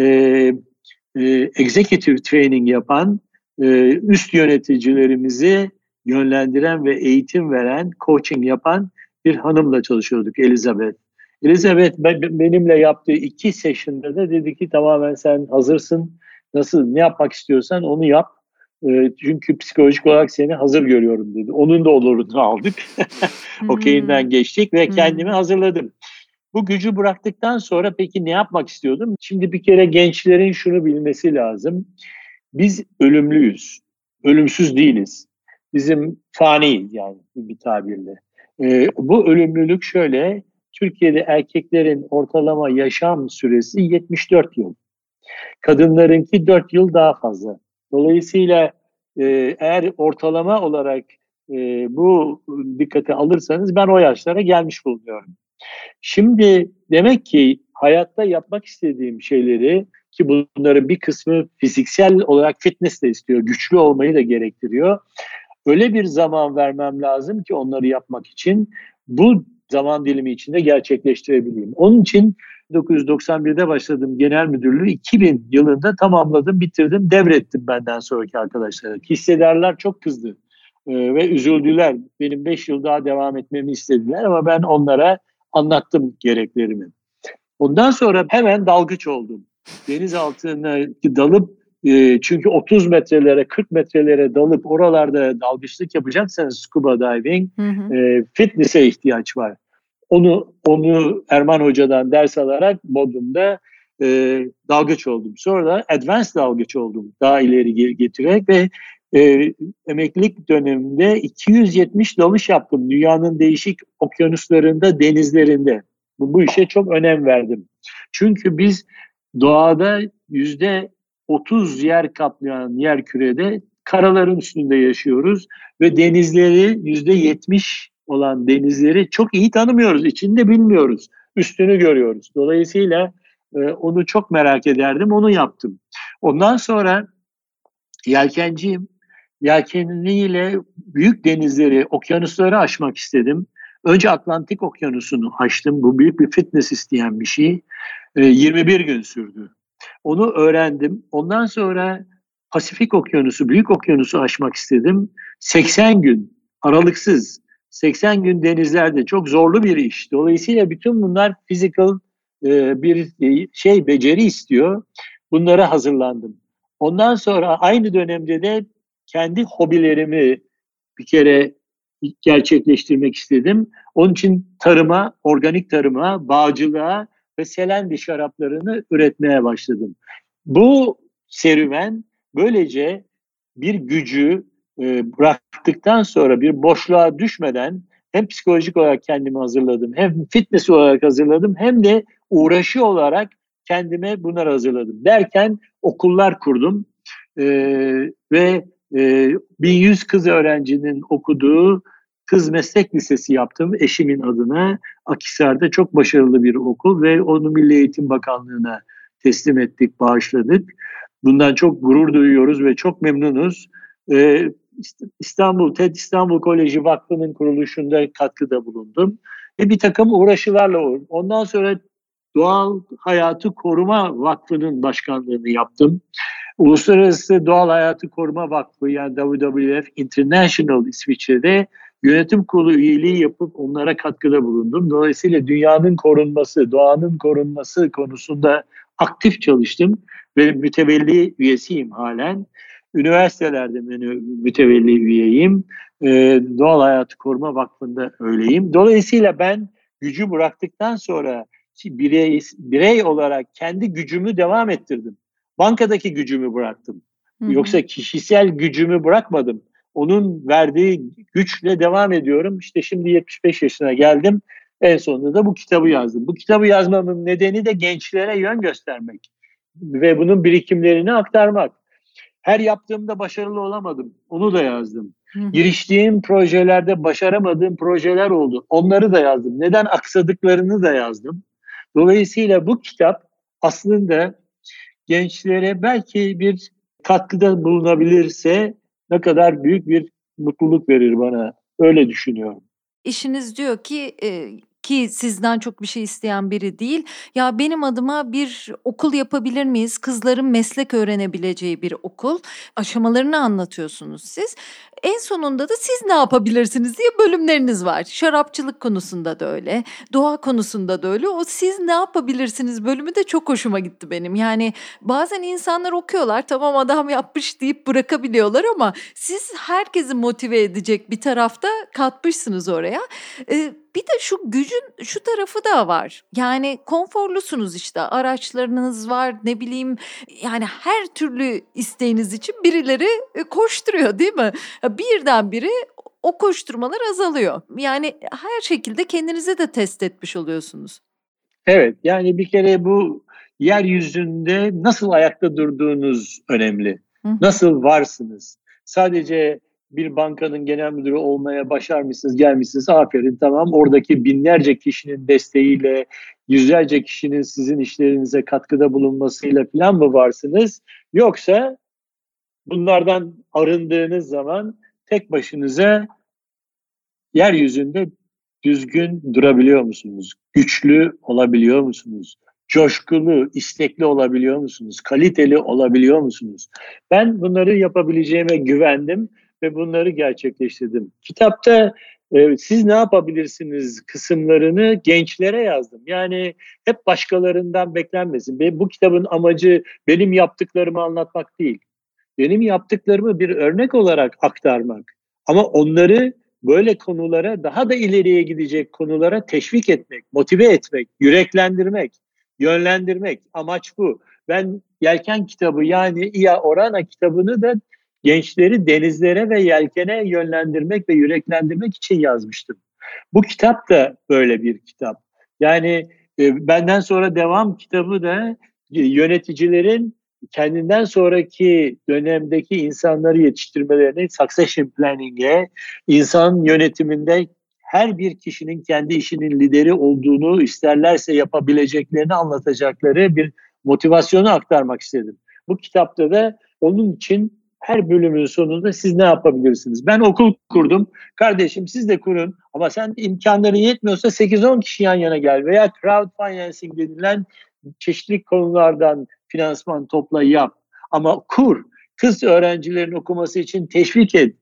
executive training yapan, üst yöneticilerimizi yönlendiren ve eğitim veren, coaching yapan bir hanımla çalışıyorduk, Elizabeth. Elizabeth benimle yaptığı 2 session'da da dedi ki tamamen sen hazırsın, ne yapmak istiyorsan onu yap. Çünkü psikolojik olarak seni hazır görüyorum dedi. Onun da olurunu aldık. Okeyinden geçtik ve kendimi hazırladım. Bu gücü bıraktıktan sonra peki ne yapmak istiyordum? Şimdi bir kere gençlerin şunu bilmesi lazım. Biz ölümlüyüz. Ölümsüz değiliz. Bizim faniyiz yani bir tabirle. Bu ölümlülük şöyle. Türkiye'de erkeklerin ortalama yaşam süresi 74 yıl. Kadınlarınki 4 yıl daha fazla. Dolayısıyla eğer ortalama olarak bu dikkate alırsanız ben o yaşlara gelmiş bulunuyorum. Şimdi demek ki hayatta yapmak istediğim şeyleri, ki bunların bir kısmı fiziksel olarak fitness de istiyor, güçlü olmayı da gerektiriyor. Öyle bir zaman vermem lazım ki onları yapmak için bu zaman dilimi içinde gerçekleştirebileyim. Onun için 1991'de başladım genel müdürlüğü, 2000 yılında tamamladım, bitirdim, devrettim benden sonraki arkadaşlara. Hissedarlar çok kızdı ve üzüldüler. Benim 5 yıl daha devam etmemi istediler ama ben onlara anlattım gereklerimi. Ondan sonra hemen dalgıç oldum. Deniz altına dalıp çünkü 30 metrelere 40 metrelere dalıp oralarda dalgıçlık yapacaksanız scuba diving fitness'e ihtiyaç var. Onu Erman Hoca'dan ders alarak Bodrum'da dalgıç oldum. Sonra da advanced dalgıç oldum. Daha ileri getirerek ve emeklilik döneminde 270 dalış yaptım. Dünyanın değişik okyanuslarında, denizlerinde. Bu işe çok önem verdim. Çünkü biz doğada %30 yer kaplayan yerkürede karaların üstünde yaşıyoruz ve denizleri %70 olan denizleri çok iyi tanımıyoruz, içinde bilmiyoruz, üstünü görüyoruz. Dolayısıyla onu çok merak ederdim, onu yaptım. Ondan sonra yelkenciyim. Yelkenliyle büyük denizleri, okyanusları aşmak istedim. Önce Atlantik Okyanusu'nu aştım. Bu büyük bir fitness isteyen bir şey. 21 gün sürdü. Onu öğrendim. Ondan sonra Pasifik Okyanusu, Büyük Okyanusu aşmak istedim. 80 gün aralıksız. 80 gün denizlerde çok zorlu bir iş. Dolayısıyla bütün bunlar physical bir beceri istiyor. Bunlara hazırlandım. Ondan sonra aynı dönemde de kendi hobilerimi bir kere gerçekleştirmek istedim. Onun için tarıma, organik tarıma, bağcılığa ve Selendi şaraplarını üretmeye başladım. Bu serüven böylece bir gücü bıraktıktan sonra bir boşluğa düşmeden hem psikolojik olarak kendimi hazırladım, hem fitness olarak hazırladım, hem de uğraşı olarak kendime bunları hazırladım. Derken okullar kurdum ve 1100 kız öğrencinin okuduğu kız meslek lisesi yaptım eşimin adına. Akhisar'da çok başarılı bir okul ve onu Milli Eğitim Bakanlığı'na teslim ettik, bağışladık. Bundan çok gurur duyuyoruz ve çok memnunuz. TED İstanbul Koleji Vakfı'nın kuruluşunda katkıda bulundum. Bir takım uğraşılarla ondan sonra Doğal Hayatı Koruma Vakfı'nın başkanlığını yaptım. Uluslararası Doğal Hayatı Koruma Vakfı, yani WWF International İsviçre'de yönetim kurulu üyeliği yapıp onlara katkıda bulundum. Dolayısıyla dünyanın korunması, doğanın korunması konusunda aktif çalıştım ve mütevelli üyesiyim halen. Üniversitelerde mütevelli üyeyim. Doğal Hayatı Koruma Vakfı'nda öyleyim. Dolayısıyla ben gücü bıraktıktan sonra birey olarak kendi gücümü devam ettirdim. Bankadaki gücümü bıraktım. Yoksa kişisel gücümü bırakmadım. Onun verdiği güçle devam ediyorum. İşte şimdi 75 yaşına geldim. En sonunda da bu kitabı yazdım. Bu kitabı yazmamın nedeni de gençlere yön göstermek ve bunun birikimlerini aktarmak. Her yaptığımda başarılı olamadım. Onu da yazdım. Giriştiğim projelerde başaramadığım projeler oldu. Onları da yazdım. Neden aksadıklarını da yazdım. Dolayısıyla bu kitap aslında gençlere belki bir katkıda bulunabilirse ne kadar büyük bir mutluluk verir bana. Öyle düşünüyorum. İşiniz diyor ki sizden çok bir şey isteyen biri değil. Ya benim adıma bir okul yapabilir miyiz? Kızların meslek öğrenebileceği bir okul. Aşamalarını anlatıyorsunuz siz. En sonunda da siz ne yapabilirsiniz diye bölümleriniz var. Şarapçılık konusunda da öyle, doğa konusunda da öyle. O siz ne yapabilirsiniz bölümü de çok hoşuma gitti benim. Yani bazen insanlar okuyorlar, tamam adam yapmış deyip bırakabiliyorlar ama siz herkesi motive edecek bir tarafta katmışsınız oraya. Bir de şu gücün şu tarafı da var. Yani konforlusunuz, işte araçlarınız var, ne bileyim, yani her türlü isteğiniz için birileri koşturuyor, değil mi? Birdenbire o koşturmalar azalıyor. Yani her şekilde kendinizi de test etmiş oluyorsunuz. Evet, yani bir kere bu yeryüzünde nasıl ayakta durduğunuz önemli. Nasıl varsınız? Sadece bir bankanın genel müdürü olmaya başarmışsınız, gelmişsiniz, aferin, tamam. Oradaki binlerce kişinin desteğiyle, yüzlerce kişinin sizin işlerinize katkıda bulunmasıyla falan mı varsınız? Yoksa bunlardan arındığınız zaman tek başınıza yeryüzünde düzgün durabiliyor musunuz? Güçlü olabiliyor musunuz? Coşkulu, istekli olabiliyor musunuz? Kaliteli olabiliyor musunuz? Ben bunları yapabileceğime güvendim ve bunları gerçekleştirdim. Kitapta siz ne yapabilirsiniz kısımlarını gençlere yazdım. Yani hep başkalarından beklenmesin. Bu kitabın amacı benim yaptıklarımı anlatmak değil. Benim yaptıklarımı bir örnek olarak aktarmak. Ama onları böyle konulara, daha da ileriye gidecek konulara teşvik etmek, motive etmek, yüreklendirmek, yönlendirmek. Amaç bu. Ben Yelken kitabı, yani İA Orana kitabını da gençleri denizlere ve yelkene yönlendirmek ve yüreklendirmek için yazmıştım. Bu kitap da böyle bir kitap. Yani benden sonra devam kitabı da yöneticilerin kendinden sonraki dönemdeki insanları yetiştirmelerini succession planning'e, insan yönetiminde her bir kişinin kendi işinin lideri olduğunu isterlerse yapabileceklerini anlatacakları bir motivasyonu aktarmak istedim. Bu kitapta da onun için her bölümün sonunda siz ne yapabilirsiniz? Ben okul kurdum. Kardeşim siz de kurun ama sen imkanların yetmiyorsa 8-10 kişi yan yana gel veya crowdfinancing denilen çeşitli konulardan finansman topla, yap. Ama kur, kız öğrencilerin okuması için teşvik et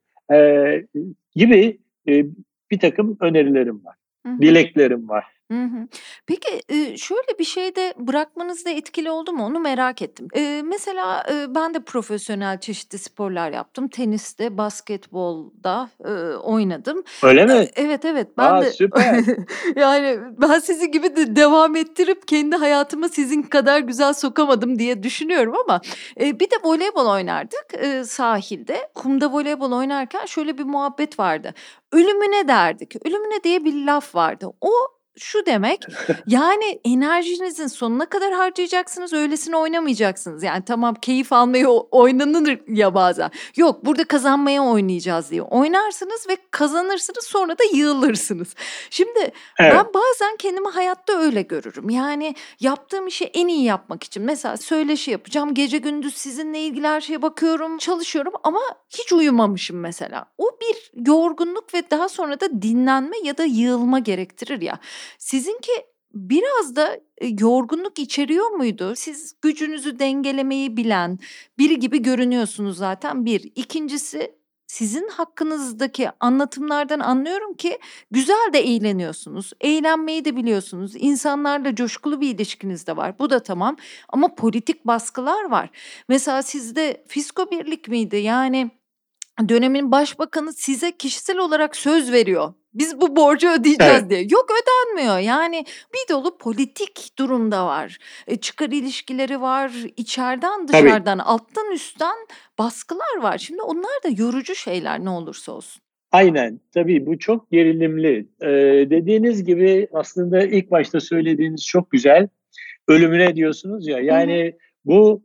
gibi bir takım önerilerim var. Dileklerim var. Peki şöyle bir şey de bırakmanızda etkili oldu mu? Onu merak ettim. Mesela ben de profesyonel çeşitli sporlar yaptım. Teniste, basketbolda oynadım. Öyle mi? Evet, ben de Süper. yani ben sizi gibi de devam ettirip kendi hayatıma sizin kadar güzel sokamadım diye düşünüyorum ama bir de voleybol oynardık sahilde. Kumda voleybol oynarken şöyle bir muhabbet vardı. Ölümüne derdik. Ölümüne diye bir laf vardı. O şu demek, yani enerjinizin sonuna kadar harcayacaksınız, öylesine oynamayacaksınız. Yani tamam, keyif almaya oynanır ya bazen. Yok, burada kazanmaya oynayacağız diye oynarsınız ve kazanırsınız, sonra da yığılırsınız. Şimdi Evet. ben bazen kendimi hayatta öyle görürüm. Yani yaptığım işi en iyi yapmak için mesela söyleşi yapacağım. Gece gündüz sizinle ilgili her şeye bakıyorum, çalışıyorum ama hiç uyumamışım mesela. O bir yorgunluk ve daha sonra da dinlenme ya da yığılma gerektirir ya. Sizinki biraz da yorgunluk içeriyor muydu? Siz gücünüzü dengelemeyi bilen biri gibi görünüyorsunuz zaten, bir. İkincisi, sizin hakkınızdaki anlatımlardan anlıyorum ki güzel de eğleniyorsunuz. Eğlenmeyi de biliyorsunuz. İnsanlarla coşkulu bir ilişkiniz de var. Bu da tamam. Ama politik baskılar var. Mesela sizde Fisko Birlik miydi? Yani dönemin başbakanı size kişisel olarak söz veriyor. Biz bu borcu ödeyeceğiz Evet. diye. Yok, ödenmiyor. Yani bir dolu politik durum da var. Çıkar ilişkileri var. İçeriden Tabii. dışarıdan, alttan üstten baskılar var. Şimdi onlar da yorucu şeyler ne olursa olsun. Aynen. Tabii bu çok gerilimli. Dediğiniz gibi aslında ilk başta söylediğiniz çok güzel. Ölümüne diyorsunuz ya. Yani bu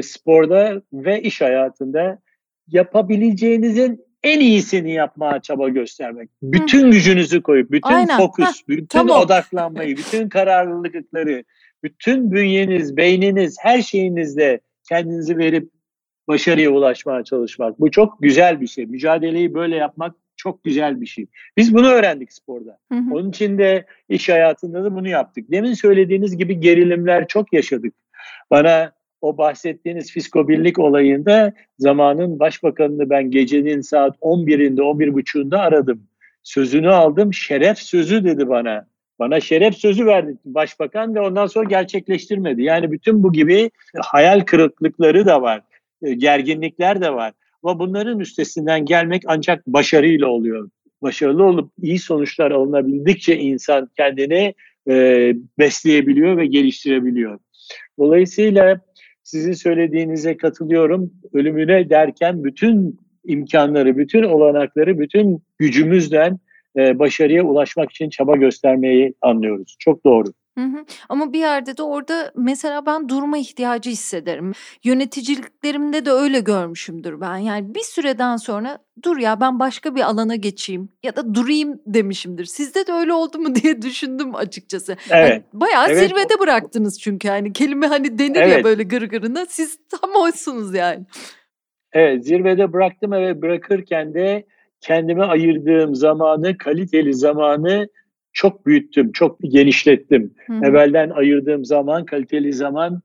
sporda ve iş hayatında yapabileceğinizin en iyisini yapmaya çaba göstermek. Bütün gücünüzü koyup, bütün Aynen. fokus, bütün tam o. odaklanmayı, bütün kararlılıkları, bütün bünyeniz, beyniniz, her şeyinizle kendinizi verip başarıya ulaşmaya çalışmak. Bu çok güzel bir şey. Mücadeleyi böyle yapmak çok güzel bir şey. Biz bunu öğrendik sporda. Onun için de iş hayatında da bunu yaptık. Demin söylediğiniz gibi gerilimler çok yaşadık. Bana o bahsettiğiniz Fisko Birlik olayında zamanın başbakanını ben gecenin saat 11'inde, 11.30'da aradım. Sözünü aldım, şeref sözü dedi bana. Bana şeref sözü verdi başbakan ve ondan sonra gerçekleştirmedi. Yani bütün bu gibi hayal kırıklıkları da var, gerginlikler de var. Ama bunların üstesinden gelmek ancak başarıyla oluyor. Başarılı olup iyi sonuçlar alınabildikçe insan kendini besleyebiliyor ve geliştirebiliyor. Dolayısıyla sizin söylediğinize katılıyorum. Ölümüne derken bütün imkanları, bütün olanakları, bütün gücümüzden başarıya ulaşmak için çaba göstermeyi anlıyoruz. Çok doğru. Ama bir yerde de orada mesela ben durma ihtiyacı hissederim. Yöneticiliklerimde de öyle görmüşümdür ben. Yani bir süreden sonra dur ya, ben başka bir alana geçeyim ya da durayım demişimdir. Sizde de öyle oldu mu diye düşündüm açıkçası. Yani Evet. bayağı Evet. zirvede bıraktınız çünkü, hani kelime hani denir ya Evet. böyle gırgırına, siz tam oysunuz yani. Evet, zirvede bıraktım ve bırakırken de kendime ayırdığım zamanı, kaliteli zamanı çok büyüttüm, çok genişlettim. Evvelden ayırdığım zaman, kaliteli zaman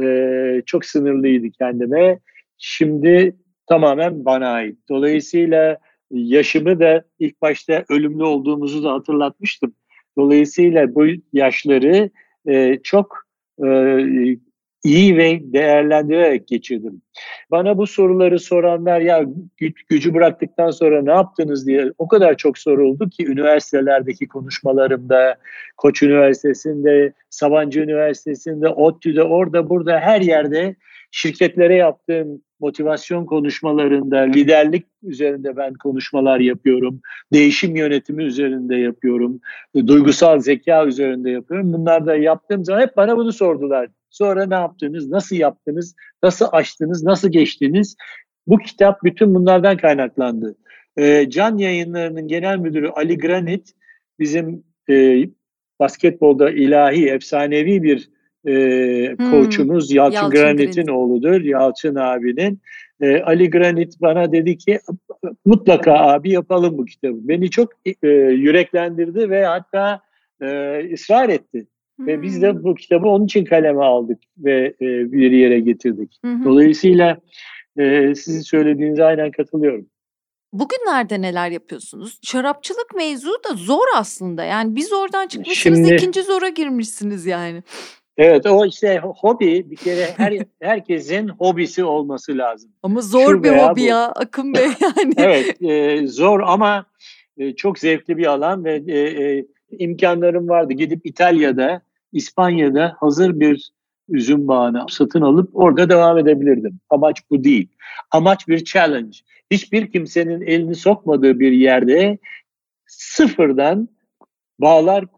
çok sınırlıydı kendime. Şimdi tamamen bana ait. Dolayısıyla yaşımı da ilk başta ölümlü olduğumuzu da hatırlatmıştım. Dolayısıyla bu yaşları çok iyi ve değerlendirerek geçirdim. Bana bu soruları soranlar, ya gücü bıraktıktan sonra ne yaptınız diye o kadar çok soruldu ki üniversitelerdeki konuşmalarımda, Koç Üniversitesi'nde, Sabancı Üniversitesi'nde, ODTÜ'de, orada burada her yerde şirketlere yaptığım motivasyon konuşmalarında, liderlik üzerinde ben konuşmalar yapıyorum. Değişim yönetimi üzerinde yapıyorum. Duygusal zeka üzerinde yapıyorum. Bunlar da yaptığım zaman hep bana bunu sordular. Sonra ne yaptınız, nasıl yaptınız, nasıl aştınız, nasıl geçtiniz? Bu kitap bütün bunlardan kaynaklandı. Can Yayınları'nın genel müdürü Ali Granit, bizim basketbolda ilahi, efsanevi bir koçumuz, Yalçın Granit'in oğludur, Yalçın abinin. Ali Granit bana dedi ki mutlaka abi yapalım bu kitabı. Beni çok yüreklendirdi ve hatta ısrar etti. Ve biz de bu kitabı onun için kaleme aldık ve bir yere getirdik. Dolayısıyla sizin söylediğinize aynen katılıyorum. Bugünlerde neler yapıyorsunuz? Şarapçılık mevzu da zor aslında. Yani biz oradan çıkmışsınız, ikinci zora girmişsiniz yani. Evet, o işte hobi, bir kere herkesin hobisi olması lazım. Ama zor bir hobi ya Akın Bey yani. Evet, zor ama çok zevkli bir alan ve imkanlarım vardı. Gidip İtalya'da, İspanya'da hazır bir üzüm bağını satın alıp orada devam edebilirdim. Amaç bu değil. Amaç bir challenge. Hiçbir kimsenin elini sokmadığı bir yerde sıfırdan bağlar kurup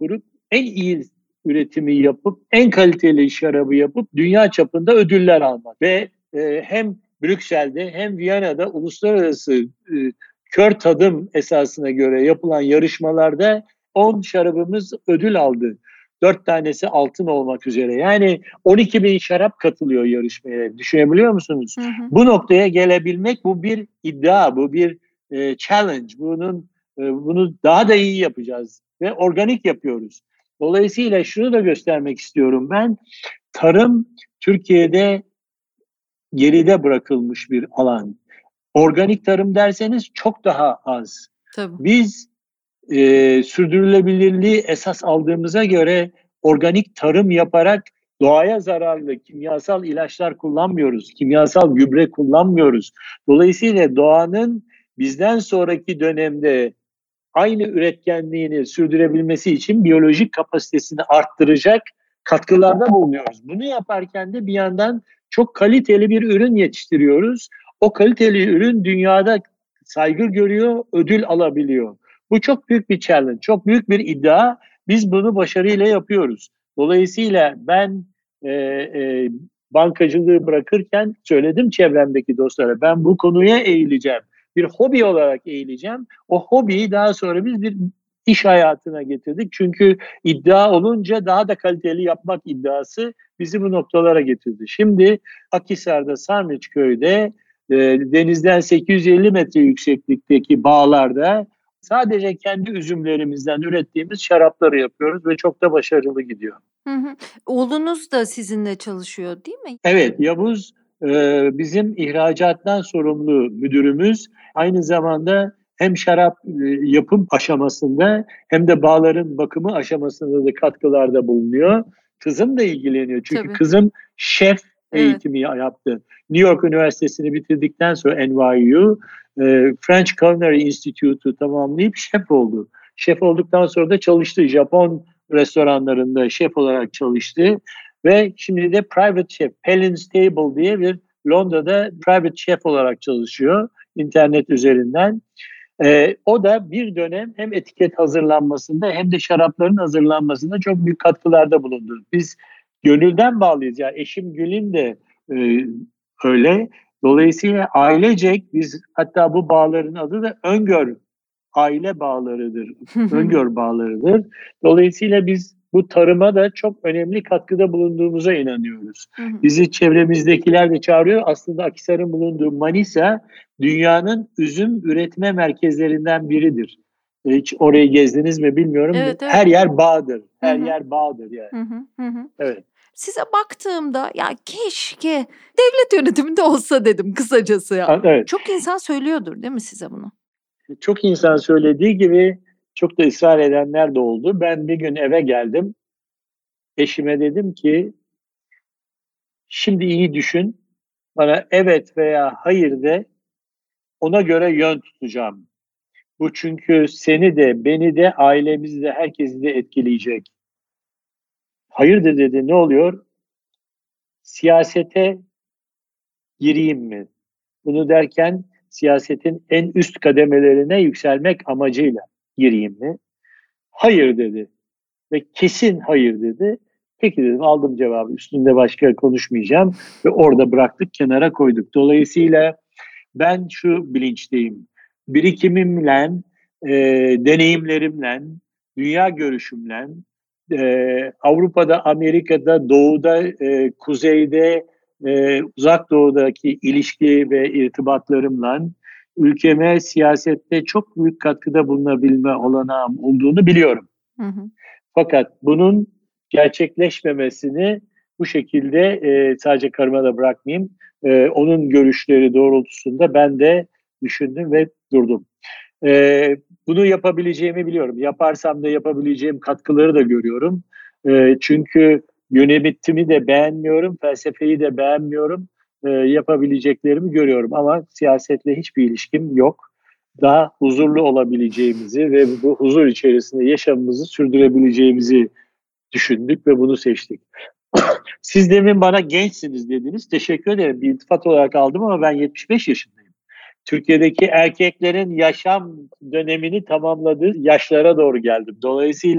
en iyi üretimi yapıp en kaliteli şarabı yapıp dünya çapında ödüller almak ve hem Brüksel'de hem Viyana'da uluslararası kör tadım esasına göre yapılan yarışmalarda 10 şarabımız ödül aldı. 4 tanesi altın olmak üzere. Yani 12 bin şarap katılıyor yarışmaya. Düşünebiliyor musunuz? Hı hı. Bu noktaya gelebilmek, bu bir iddia, bu bir challenge. Bunu daha da iyi yapacağız ve organik yapıyoruz. Dolayısıyla şunu da göstermek istiyorum ben. Tarım Türkiye'de geride bırakılmış bir alan. Organik tarım derseniz çok daha az. Tabii. Biz sürdürülebilirliği esas aldığımıza göre organik tarım yaparak doğaya zararlı kimyasal ilaçlar kullanmıyoruz. Kimyasal gübre kullanmıyoruz. Dolayısıyla doğanın bizden sonraki dönemde aynı üretkenliğini sürdürebilmesi için biyolojik kapasitesini arttıracak katkılarda bulunuyoruz. Bunu yaparken de bir yandan çok kaliteli bir ürün yetiştiriyoruz. O kaliteli ürün dünyada saygı görüyor, ödül alabiliyor. Bu çok büyük bir challenge, çok büyük bir iddia. Biz bunu başarıyla yapıyoruz. Dolayısıyla ben bankacılığı bırakırken söyledim çevremdeki dostlara, ben bu konuya eğileceğim. Bir hobi olarak eğileceğim. O hobiyi daha sonra biz bir iş hayatına getirdik. Çünkü iddia olunca daha da kaliteli yapmak iddiası bizi bu noktalara getirdi. Şimdi Akhisar'da, Sarnıçköy'de denizden 850 metre yükseklikteki bağlarda sadece kendi üzümlerimizden ürettiğimiz şarapları yapıyoruz ve çok da başarılı gidiyor. Hı hı. Oğlunuz da sizinle çalışıyor, değil mi? Evet, Yavuz bizim ihracattan sorumlu müdürümüz. Aynı zamanda hem şarap yapım aşamasında hem de bağların bakımı aşamasında da katkılarda bulunuyor. Kızım da ilgileniyor. Çünkü Tabii. kızım şef eğitimi yaptı. New York Üniversitesi'ni bitirdikten sonra NYU, French Culinary Institute'u tamamlayıp şef oldu. Şef olduktan sonra da çalıştı. Japon restoranlarında şef olarak çalıştı. Ve şimdi de private chef, Helen's Table diye bir Londra'da private chef olarak çalışıyor internet üzerinden. O da bir dönem hem etiket hazırlanmasında hem de şarapların hazırlanmasında çok büyük katkılarda bulundu. Biz gönülden bağlıyız. Yani eşim Gül'ün de öyle. Dolayısıyla ailecek biz, hatta bu bağların adı da Öngör aile bağlarıdır. Öngör bağlarıdır. Dolayısıyla biz bu tarıma da çok önemli katkıda bulunduğumuza inanıyoruz. Bizi çevremizdekiler de çağırıyor. Aslında Akhisar'ın bulunduğu Manisa dünyanın üzüm üretme merkezlerinden biridir. Hiç orayı gezdiniz mi bilmiyorum. Evet, evet. Her yer bağdır. Her yer bağdır yani. Evet. Size baktığımda ya keşke devlet yönetiminde olsa dedim kısacası ya. Evet. Çok insan söylüyordur değil mi size bunu? Çok insan söylediği gibi çok da ısrar edenler de oldu. Ben bir gün eve geldim. Eşime dedim ki şimdi iyi düşün. Bana evet veya hayır de, ona göre yön tutacağım. Bu çünkü seni de, beni de, ailemizi de, herkesi de etkileyecek. Hayırdır dedi, ne oluyor? Siyasete gireyim mi? Bunu derken siyasetin en üst kademelerine yükselmek amacıyla gireyim mi? Hayır dedi. Ve kesin hayır dedi. Peki dedim, aldım cevabı. Üstünde başka konuşmayacağım. Ve orada bıraktık, kenara koyduk. Dolayısıyla ben şu bilinçteyim. Birikimimle, deneyimlerimle, dünya görüşümle, Avrupa'da, Amerika'da, Doğu'da, Kuzey'de, Uzak Doğu'daki ilişki ve irtibatlarımla ülkeme siyasette çok büyük katkıda bulunabilme olanağım olduğunu biliyorum. Fakat bunun gerçekleşmemesini bu şekilde sadece karıma da bırakmayayım. Onun görüşleri doğrultusunda ben de düşündüm ve durdum. Bunu yapabileceğimi biliyorum. Yaparsam da yapabileceğim katkıları da görüyorum. Çünkü yönetimi de beğenmiyorum, felsefeyi de beğenmiyorum. Yapabileceklerimi görüyorum ama siyasetle hiçbir ilişkim yok. Daha huzurlu olabileceğimizi ve bu huzur içerisinde yaşamımızı sürdürebileceğimizi düşündük ve bunu seçtik. Siz demin bana gençsiniz dediniz. Teşekkür ederim. Bir iltifat olarak aldım ama ben 75 yaşındayım. Türkiye'deki erkeklerin yaşam dönemini tamamladığı yaşlara doğru geldim. Dolayısıyla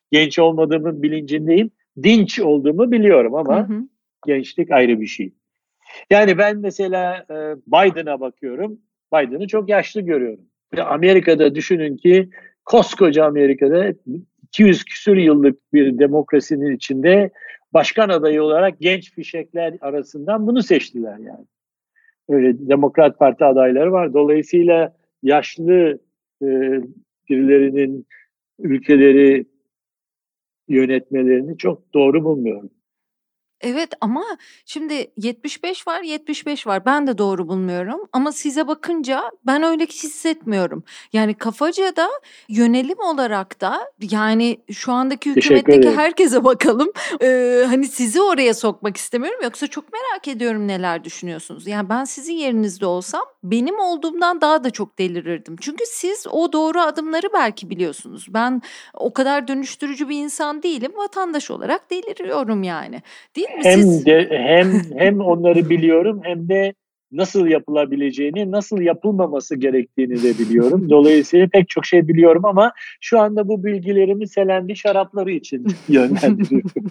genç olmadığımın bilincindeyim. Dinç olduğumu biliyorum Hı ama hı. gençlik ayrı bir şey. Yani ben mesela Biden'a bakıyorum. Biden'ı çok yaşlı görüyorum. Ve Amerika'da düşünün ki koskoca Amerika'da 200 küsur yıllık bir demokrasinin içinde başkan adayı olarak genç fişekler arasından bunu seçtiler yani. Öyle Demokrat Parti adayları var. Dolayısıyla yaşlı e, birilerinin ülkeleri yönetmelerini çok doğru bulmuyorum. Evet ama şimdi 75 var, 75 var. Ben de doğru bulmuyorum ama size bakınca ben öyle hissetmiyorum. Yani kafacada yönelim olarak da yani şu andaki Teşekkür hükümetteki ederim. herkese bakalım. Hani sizi oraya sokmak istemiyorum yoksa çok merak ediyorum neler düşünüyorsunuz. Yani ben sizin yerinizde olsam benim olduğumdan daha da çok delirirdim. Çünkü siz o doğru adımları belki biliyorsunuz. Ben o kadar dönüştürücü bir insan değilim. Vatandaş olarak deliriyorum yani. Değil mi Hem siz? de hem onları biliyorum hem de nasıl yapılabileceğini, nasıl yapılmaması gerektiğini de biliyorum. Dolayısıyla pek çok şey biliyorum ama şu anda bu bilgilerimi Selendi şarapları için yönlendiriyorum.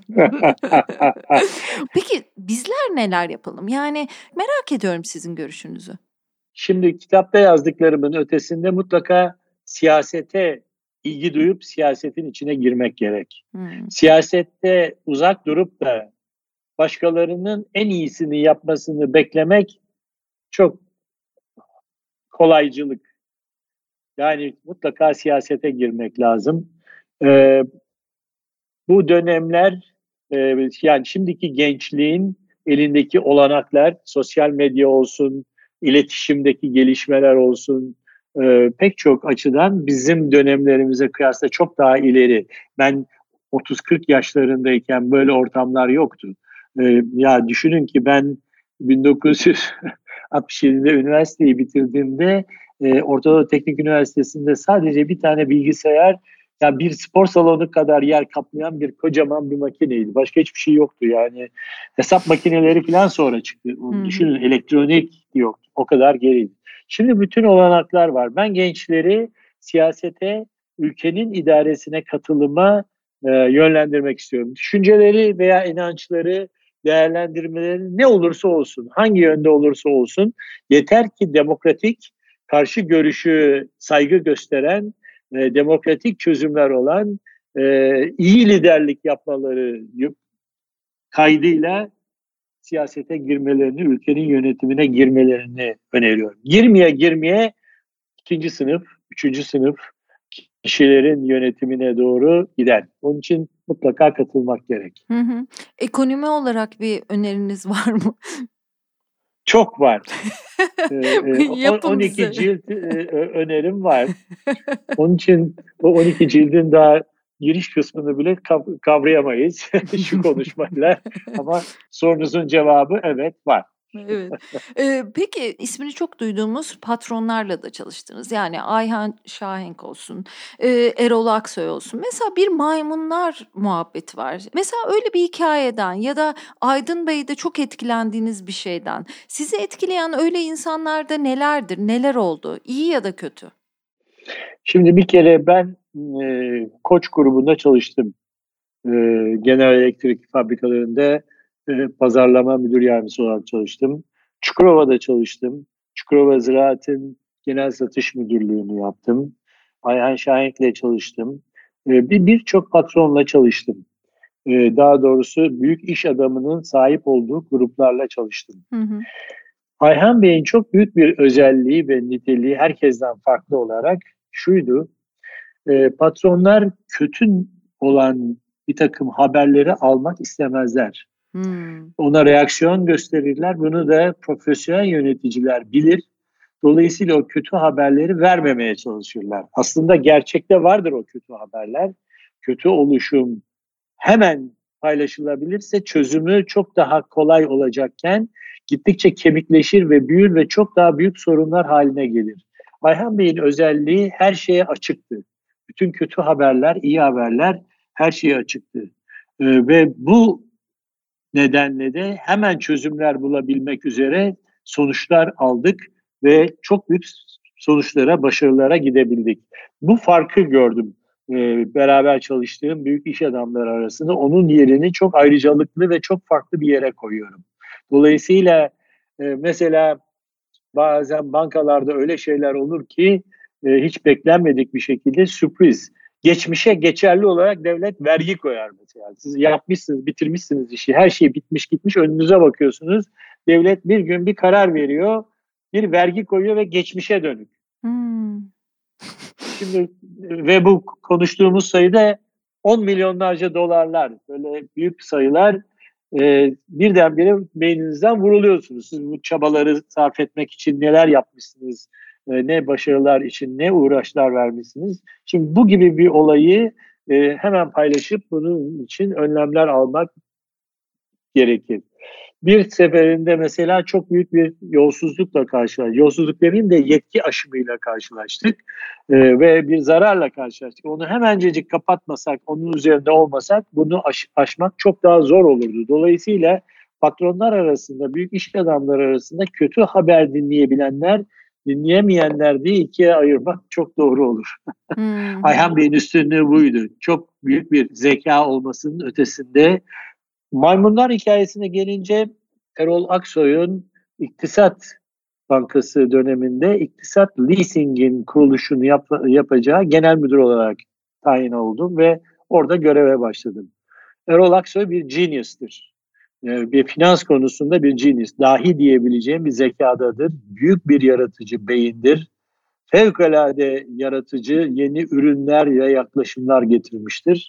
Peki bizler neler yapalım? Yani merak ediyorum sizin görüşünüzü. Şimdi kitapta yazdıklarımın ötesinde mutlaka siyasete ilgi duyup siyasetin içine girmek gerek. Hımm. Siyasette uzak durup da başkalarının en iyisini yapmasını beklemek çok kolaycılık. Yani mutlaka siyasete girmek lazım. Eee, Bu dönemler, yani şimdiki gençliğin elindeki olanaklar, sosyal medya olsun, iletişimdeki gelişmeler olsun, pek çok açıdan bizim dönemlerimize kıyasla çok daha ileri. Ben 30-40 yaşlarındayken böyle ortamlar yoktu. Ya düşünün ki ben 1967'de üniversiteyi bitirdiğimde Orta Doğu Teknik Üniversitesi'nde sadece bir tane bilgisayar, ya bir spor salonu kadar yer kaplayan bir kocaman bir makineydi. Başka hiçbir şey yoktu yani. Hesap makineleri falan sonra çıktı. Hı hı. Düşünün, elektronik yok. O kadar geriydi. Şimdi bütün olanaklar var. Ben gençleri siyasete, ülkenin idaresine katılıma yönlendirmek istiyorum. Düşünceleri veya inançları, değerlendirmeleri ne olursa olsun, hangi yönde olursa olsun, yeter ki demokratik, karşı görüşü saygı gösteren, demokratik çözümler olan, iyi liderlik yapmaları kaydıyla siyasete girmelerini, ülkenin yönetimine girmelerini öneriyorum. Girmeye ikinci sınıf, üçüncü sınıf kişilerin yönetimine doğru gider. Onun için mutlaka katılmak gerek. Hı hı. Ekonomi olarak bir öneriniz var mı? Çok var. Yapın 12 bize. cilt önerim var. Onun için o 12 cildin daha giriş kısmını bile kavrayamayız şu konuşmayla. Ama sorunuzun cevabı evet, var. Evet. Peki ismini çok duyduğumuz patronlarla da çalıştınız. Yani Ayhan Şahenk olsun, Erol Aksoy olsun. Mesela bir maymunlar muhabbeti var. Mesela öyle bir hikayeden ya da Aydın Bey'de çok etkilendiğiniz bir şeyden. Sizi etkileyen öyle insanlarda nelerdir, neler oldu? İyi ya da kötü? Şimdi bir kere ben Koç grubunda çalıştım. General Elektrik fabrikalarında pazarlama müdür yardımcısı olarak çalıştım. Çukurova'da çalıştım. Çukurova Ziraat'in genel satış müdürlüğünü yaptım. Ayhan Şahenk'le çalıştım. Birçok patronla çalıştım. Daha doğrusu büyük iş adamının sahip olduğu gruplarla çalıştım. Hı hı. Ayhan Bey'in çok büyük bir özelliği ve niteliği herkesten farklı olarak şuydu: patronlar kötü olan bir takım haberleri almak istemezler. Hımm. Ona reaksiyon gösterirler. Bunu da profesyonel yöneticiler bilir. Dolayısıyla o kötü haberleri vermemeye çalışırlar. Aslında gerçekte vardır o kötü haberler. Kötü oluşum hemen paylaşılabilirse çözümü çok daha kolay olacakken gittikçe kemikleşir ve büyür ve çok daha büyük sorunlar haline gelir. Ayhan Bey'in özelliği her şeye açıktı. Bütün kötü haberler, iyi haberler, her şeye açıktı. Ve bu nedenle de hemen çözümler bulabilmek üzere sonuçlar aldık ve çok büyük sonuçlara, başarılara gidebildik. Bu farkı gördüm. beraber çalıştığım büyük iş adamları arasında onun yerini çok ayrıcalıklı ve çok farklı bir yere koyuyorum. Dolayısıyla mesela bazen bankalarda öyle şeyler olur ki hiç beklenmedik bir şekilde sürpriz. Geçmişe geçerli olarak devlet vergi koyar mesela. Siz yapmışsınız, bitirmişsiniz işi, her şey bitmiş gitmiş, önünüze bakıyorsunuz. Devlet bir gün bir karar veriyor, bir vergi koyuyor ve geçmişe dönük. Hmm. Şimdi ve bu konuştuğumuz sayıda 10 milyonlarca dolarlar, böyle büyük sayılar. Birdenbire beyninizden vuruluyorsunuz. Siz bu çabaları sarf etmek için neler yapmışsınız, ne başarılar için ne uğraşlar vermişsiniz. Şimdi bu gibi bir olayı hemen paylaşıp bunun için önlemler almak gerekir. Bir seferinde mesela çok büyük bir yolsuzlukla karşılaştık. Yolsuzluk demeyeyim de yetki aşımıyla karşılaştık ve bir zararla karşılaştık. Onu hemencecik kapatmasak, onun üzerinde olmasak bunu aşmak çok daha zor olurdu. Dolayısıyla patronlar arasında, büyük iş adamları arasında kötü haber dinleyebilenler, dinleyemeyenler diye ikiye ayırmak çok doğru olur. Ayhan Bey'in üstünlüğü buydu. Çok büyük bir zeka olmasının ötesinde. Maymunlar hikayesine gelince Erol Aksoy'un İktisat Bankası döneminde İktisat Leasing'in kuruluşunu yapacağı genel müdür olarak tayin oldum ve orada göreve başladım. Erol Aksoy bir genius'tır. Bir finans konusunda bir genius. Dahi diyebileceğim bir zekadadır. Büyük bir yaratıcı beyindir. Fevkalade yaratıcı yeni ürünler ve yaklaşımlar getirmiştir.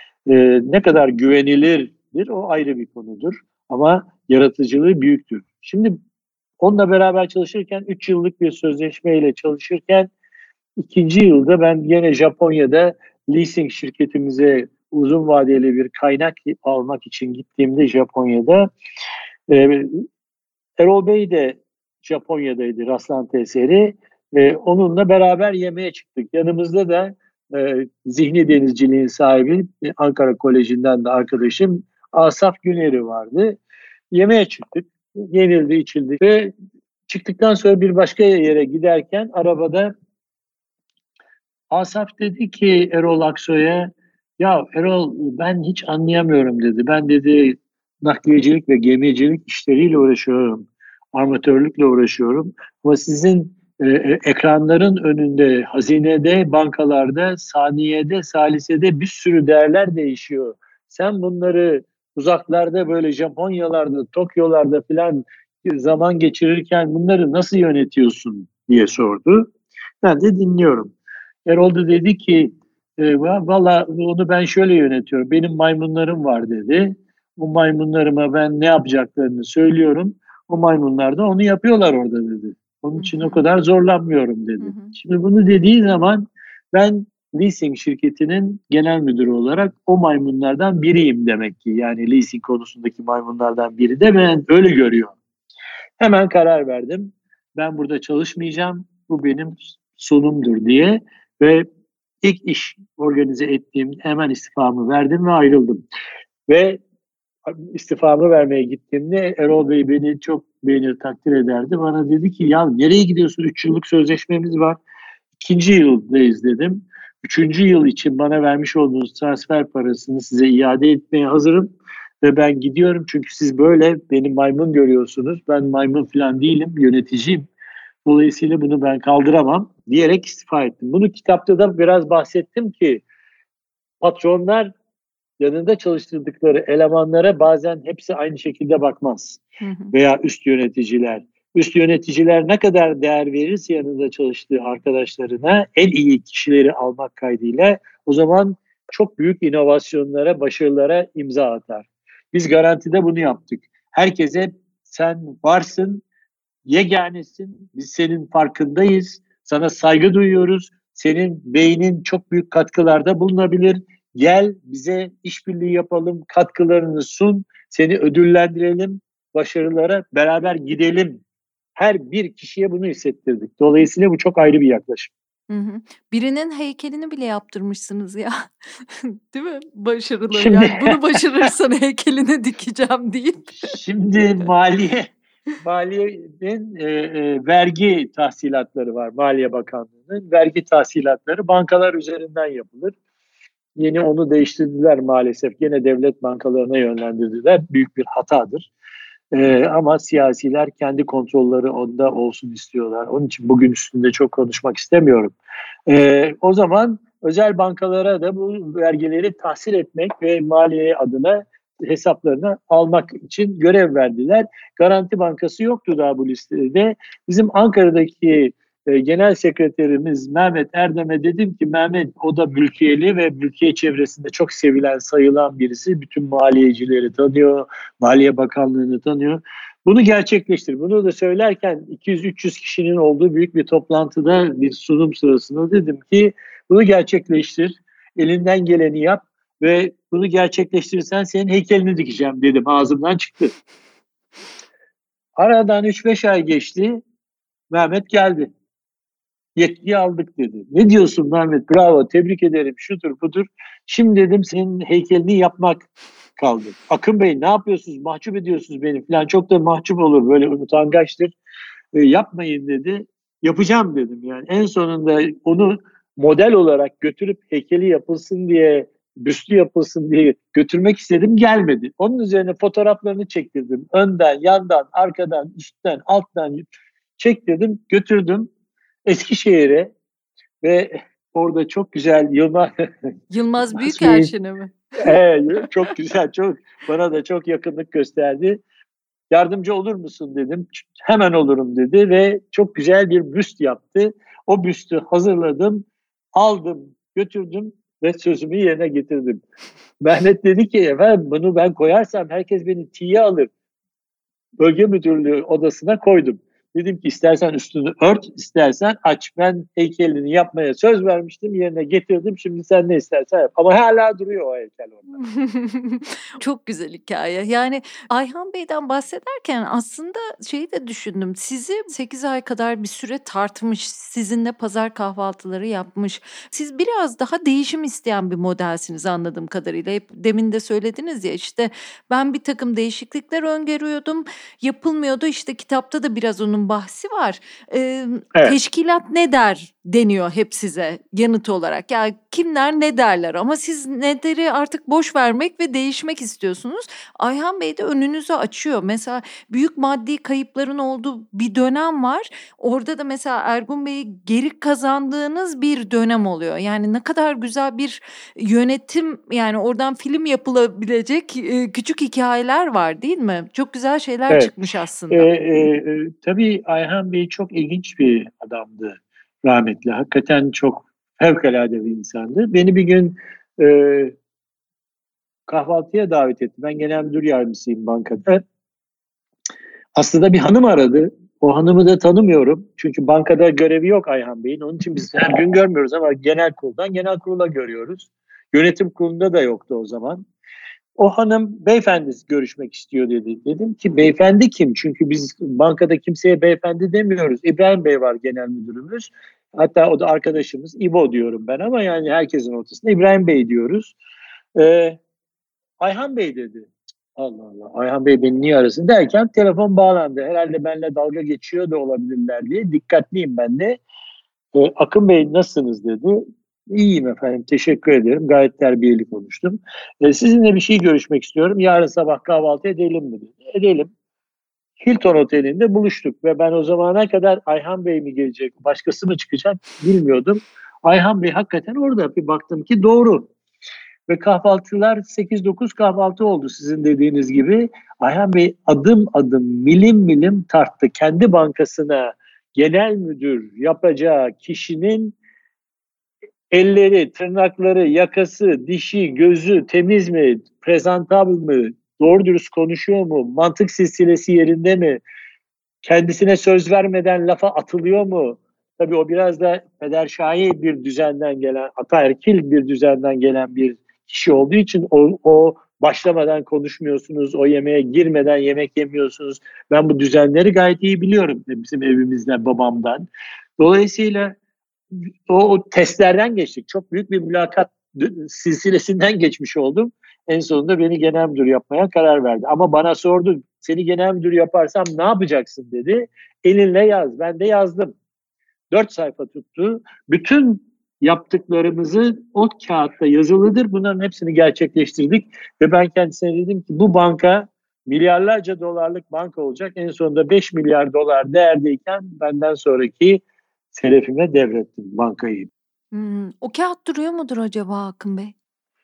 Ne kadar güvenilirdir o ayrı bir konudur. Ama yaratıcılığı büyüktür. Şimdi onunla beraber çalışırken 3 yıllık bir sözleşmeyle çalışırken ikinci yılda ben yine Japonya'da leasing şirketimize uzun vadeli bir kaynak almak için gittiğimde Japonya'da Erol Bey de Japonya'daydı, rastlantı eseri. Onunla beraber yemeğe çıktık. Yanımızda da zihni denizciliğin sahibi Ankara Koleji'nden de arkadaşım Asaf Güner'i vardı. Yemeğe çıktık. Yenildi, içildi ve çıktıktan sonra bir başka yere giderken arabada Asaf dedi ki Erol Aksoy'a, ya Erol ben hiç anlayamıyorum dedi. Ben dedi nakliyecilik ve gemicilik işleriyle uğraşıyorum. Armatörlükle uğraşıyorum. Ama sizin ekranların önünde, hazinede, bankalarda, saniyede, salisede bir sürü değerler değişiyor. Sen bunları uzaklarda böyle Japonyalarda, Tokyolarda falan zaman geçirirken bunları nasıl yönetiyorsun diye sordu. Ben de dinliyorum. Erol da dedi ki valla onu ben şöyle yönetiyorum. Benim maymunlarım var dedi. O maymunlarıma ben ne yapacaklarını söylüyorum. O maymunlar da onu yapıyorlar orada dedi. Onun için o kadar zorlanmıyorum dedi. Şimdi bunu dediği zaman ben leasing şirketinin genel müdürü olarak o maymunlardan biriyim demek ki. Yani leasing konusundaki maymunlardan biri de ben öyle görüyorum. Hemen karar verdim. Ben burada çalışmayacağım. Bu benim sonumdur diye ve ilk iş organize ettiğim hemen istifamı verdim ve ayrıldım. Ve istifamı vermeye gittiğimde Erol Bey beni çok beğenir, takdir ederdi. Bana dedi ki ya nereye gidiyorsun? 3 yıllık sözleşmemiz var. 2. yıldayız dedim. 3. yıl için bana vermiş olduğunuz transfer parasını size iade etmeye hazırım. Ve ben gidiyorum çünkü siz böyle beni maymun görüyorsunuz. Ben maymun falan değilim, yöneticiyim. Dolayısıyla bunu ben kaldıramam diyerek istifa ettim. Bunu kitapta da biraz bahsettim ki patronlar yanında çalıştırdıkları elemanlara bazen hepsi aynı şekilde bakmaz. Veya üst yöneticiler. Üst yöneticiler ne kadar değer verirse yanında çalıştığı arkadaşlarına en iyi kişileri almak kaydıyla o zaman çok büyük inovasyonlara, başarılara imza atar. Biz garantide bunu yaptık. Herkese sen varsın, yeganesin, biz senin farkındayız, sana saygı duyuyoruz, senin beynin çok büyük katkılarda bulunabilir, gel bize işbirliği yapalım, katkılarını sun, seni ödüllendirelim, başarılara beraber gidelim. Her bir kişiye bunu hissettirdik. Dolayısıyla bu çok ayrı bir yaklaşım. Birinin heykelini bile yaptırmışsınız ya. Değil mi? Başarılı. Yani bunu başarırsan heykelini dikeceğim deyip. Şimdi Maliye'nin vergi tahsilatları var. Maliye Bakanlığı'nın vergi tahsilatları bankalar üzerinden yapılır. Yeni onu değiştirdiler maalesef. Gene devlet bankalarına yönlendirdiler. Büyük bir hatadır. Ama siyasiler kendi kontrolleri onda olsun istiyorlar. Onun için bugün üstünde çok konuşmak istemiyorum. O zaman özel bankalara da bu vergileri tahsil etmek ve maliye adına hesaplarını almak için görev verdiler. Garanti Bankası yoktu daha bu listede. Bizim Ankara'daki Genel Sekreterimiz Mehmet Erdem'e dedim ki Mehmet, o da mülkiyeli ve mülkiye çevresinde çok sevilen sayılan birisi. Bütün maliyecileri tanıyor, Maliye Bakanlığı'nı tanıyor. Bunu gerçekleştir. Bunu da söylerken 200-300 kişinin olduğu büyük bir toplantıda bir sunum sırasında dedim ki bunu gerçekleştir, elinden geleni yap ve bunu gerçekleştirirsen senin heykelini dikeceğim dedim. Ağzımdan çıktı. Aradan 3-5 ay geçti. Mehmet geldi. Yetkiyi aldık dedi. Ne diyorsun Mehmet? Bravo, tebrik ederim. Şudur budur. Şimdi dedim senin heykelini yapmak kaldı. Akın Bey ne yapıyorsunuz? Mahcup ediyorsunuz beni falan. Çok da mahcup olur. Böyle utangaçtır. Yapmayın dedi. Yapacağım dedim yani. En sonunda onu model olarak götürüp heykeli yapılsın diye, büstü yapılsın diye götürmek istedim. Gelmedi. Onun üzerine fotoğraflarını çektirdim. Önden, yandan, arkadan, üstten, alttan çektirdim. Götürdüm Eskişehir'e ve orada çok güzel Yılmaz Büyükerşen'e mi? çok güzel, çok bana da çok yakınlık gösterdi. Yardımcı olur musun dedim. Hemen olurum dedi ve çok güzel bir büst yaptı. O büstü hazırladım, aldım, götürdüm ve sözümü yerine getirdim. Mehmet dedi ki efendim bunu ben koyarsam herkes beni tiye alır. Bölge müdürlüğü odasına koydum. Dedim ki istersen üstünü ört, istersen aç. Ben heykelini yapmaya söz vermiştim, yerine getirdim. Şimdi sen ne istersen yap. Ama hala duruyor o heykel orada. Çok güzel hikaye. Yani Ayhan Bey'den bahsederken aslında şeyi de düşündüm. Sizi 8 ay kadar bir süre tartmış, sizinle pazar kahvaltıları yapmış. Siz biraz daha değişim isteyen bir modelsiniz anladığım kadarıyla. Hep demin de söylediniz ya işte ben bir takım değişiklikler öngörüyordum. Yapılmıyordu. İşte kitapta da biraz onun bahsi var. Evet. Teşkilat ne der deniyor hep size yanıt olarak. Ya kimler ne derler ama siz neleri artık boş vermek ve değişmek istiyorsunuz. Ayhan Bey de önünüzü açıyor. Mesela büyük maddi kayıpların olduğu bir dönem var. Orada da mesela Ergun Bey'i geri kazandığınız bir dönem oluyor. Yani ne kadar güzel bir yönetim, yani oradan film yapılabilecek küçük hikayeler var değil mi? Çok güzel şeyler Evet. çıkmış aslında. Tabii Ayhan Bey çok ilginç bir adamdı, rahmetli. Hakikaten çok fevkalade bir insandı. Beni bir gün kahvaltıya davet etti. Ben genel müdür yardımcısıyım bankada. Aslında bir hanım aradı. O hanımı da tanımıyorum. Çünkü bankada görevi yok Ayhan Bey'in. Onun için biz her gün görmüyoruz ama genel kurula görüyoruz. Yönetim kurulunda da yoktu o zaman. O hanım beyefendi görüşmek istiyor dedi. Dedim ki beyefendi kim? Çünkü biz bankada kimseye beyefendi demiyoruz. İbrahim Bey var genel müdürümüz. Hatta o da arkadaşımız. İbo diyorum ben ama yani herkesin ortasında İbrahim Bey diyoruz. Ayhan Bey dedi. Allah Allah, Ayhan Bey beni niye arasın derken telefon bağlandı. Herhalde benimle dalga geçiyor da olabilirler diye. Dikkatliyim ben de. Akın Bey nasılsınız dedi. İyiyim efendim, teşekkür ederim. Gayet terbiyeli konuştum. Sizinle bir şey görüşmek istiyorum. Yarın sabah kahvaltı edelim mi dedi. Edelim. Hilton Oteli'nde buluştuk ve ben o zamana kadar Ayhan Bey mi gelecek, başkası mı çıkacak bilmiyordum. Ayhan Bey hakikaten orada, bir baktım ki doğru. Ve kahvaltılar 8-9 kahvaltı oldu sizin dediğiniz gibi. Ayhan Bey adım adım, milim milim tarttı. Kendi bankasına genel müdür yapacağı kişinin elleri, tırnakları, yakası, dişi, gözü temiz mi, presentable mı, doğru dürüst konuşuyor mu, mantık silsilesi yerinde mi, kendisine söz vermeden lafa atılıyor mu? Tabii o biraz da pederşahi bir düzenden gelen, ataerkil bir düzenden gelen bir kişi olduğu için o başlamadan konuşmuyorsunuz, o yemeğe girmeden yemek yemiyorsunuz. Ben bu düzenleri gayet iyi biliyorum bizim evimizden, babamdan. Dolayısıyla o testlerden geçtik. Çok büyük bir mülakat silsilesinden geçmiş oldum. En sonunda beni genel müdür yapmaya karar verdi. Ama bana sordu, seni genel müdür yaparsam ne yapacaksın dedi. Elinle yaz. Ben de yazdım. 4 sayfa tuttu. Bütün yaptıklarımızı o kağıtta yazılıdır. Bunların hepsini gerçekleştirdik ve ben kendisine dedim ki bu banka milyarlarca dolarlık banka olacak. En sonunda 5 milyar dolar değerdeyken benden sonraki selefime devrettim bankayı. O kağıt duruyor mudur acaba Akın Bey?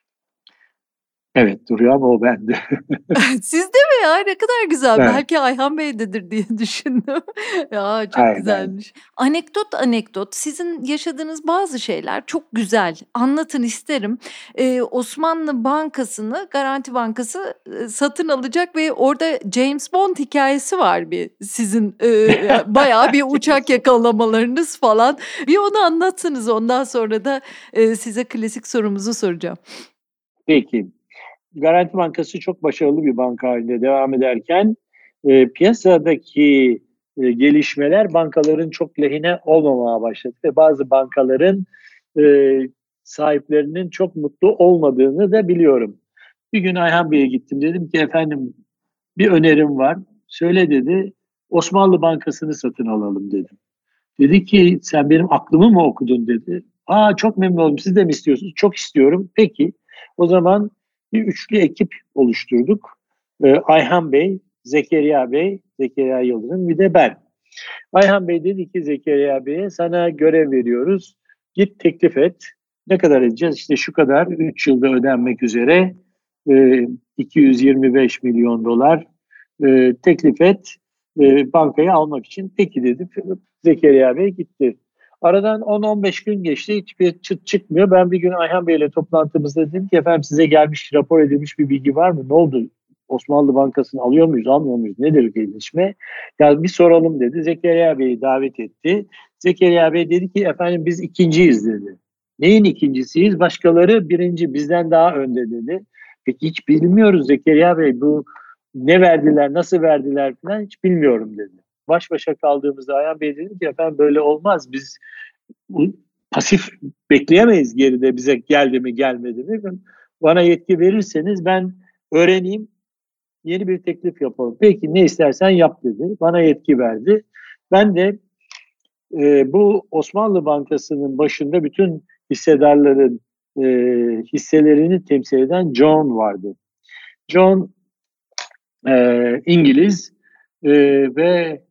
Evet, duruyor ama o bende. Sizde mi ya? Ne kadar güzel. Evet, Belki Ayhan Bey'dedir diye düşündüm. Ya, çok hayır, hayır. güzelmiş. Anekdot sizin yaşadığınız bazı şeyler çok güzel. Anlatın isterim. Osmanlı Bankası'nı, Garanti Bankası, satın alacak ve orada James Bond hikâyesi var bir sizin, bayağı bir uçak yakalamalarınız falan. Bir onu anlatsanız ondan sonra da, size klasik sorumuzu soracağım. Peki. Garanti Bankası çok başarılı bir banka haline devam ederken piyasadaki gelişmeler bankaların çok lehine olmamaya başladı ve bazı bankaların e, sahiplerinin çok mutlu olmadığını da biliyorum. Bir gün Ayhan Bey'e gittim. Dedim ki efendim bir önerim var. Söyle dedi. Osmanlı Bankası'nı satın alalım dedim. Dedi ki sen benim aklımı mı okudun dedi. Aa çok memnun oldum. Siz de mi istiyorsunuz? Çok istiyorum. Peki. O zaman bir üçlü ekip oluşturduk. Ayhan Bey, Zekeriya Bey, Zekeriya Yıldırım bir de ben. Ayhan Bey dedi ki Zekeriya Bey'e sana görev veriyoruz. Git teklif et. Ne kadar edeceğiz? İşte şu kadar 3 yılda ödenmek üzere 225 milyon dolar teklif et bankayı almak için. Peki dedi. Zekeriya Bey gitti. Aradan 10-15 gün geçti. Hiçbir çıt çıkmıyor. Ben bir gün Ayhan Bey ile toplantımızda dedim ki efendim size gelmiş, rapor edilmiş bir bilgi var mı? Ne oldu? Osmanlı Bankası'nı alıyor muyuz, almıyor muyuz? Nedir gelişme? Ya bir soralım dedi. Zekeriya Bey'i davet etti. Zekeriya Bey dedi ki efendim biz ikinciyiz dedi. Neyin ikincisiyiz? Başkaları birinci, bizden daha önde dedi. Peki hiç bilmiyoruz Zekeriya Bey bu ne verdiler, nasıl verdiler falan hiç bilmiyorum dedi. Baş başa kaldığımızda Ayhan Bey dedi ki efendim böyle olmaz. Biz pasif bekleyemeyiz geride bize geldi mi gelmedi mi. Bana yetki verirseniz ben öğreneyim yeni bir teklif yapalım. Peki ne istersen yap dedi. Bana yetki verdi. Ben de bu Osmanlı Bankası'nın başında bütün hissedarların hisselerini temsil eden John vardı. John İngiliz ve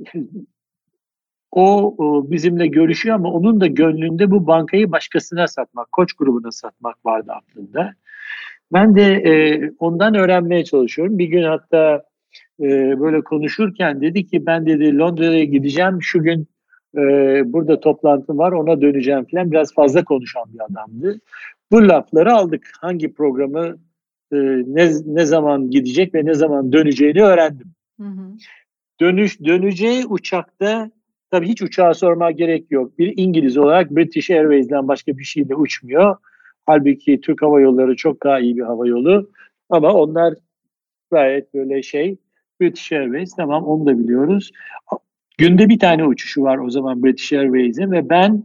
o bizimle görüşüyor ama onun da gönlünde bu bankayı başkasına satmak, Koç grubuna satmak vardı aklında. Ben de ondan öğrenmeye çalışıyorum. Bir gün hatta böyle konuşurken dedi ki ben dedi Londra'ya gideceğim şu gün burada toplantım var ona döneceğim falan biraz fazla konuşan bir adamdı. Bu lafları aldık. Hangi programı ne zaman gidecek ve ne zaman döneceğini öğrendim. Hı hı. Döneceği uçakta tabii hiç uçağa sorma gerek yok. Bir İngiliz olarak British Airways'den başka bir şeyle uçmuyor. Halbuki Türk Hava Yolları çok daha iyi bir hava yolu. Ama onlar gayet böyle British Airways tamam onu da biliyoruz. Günde bir tane uçuşu var o zaman British Airways'in ve ben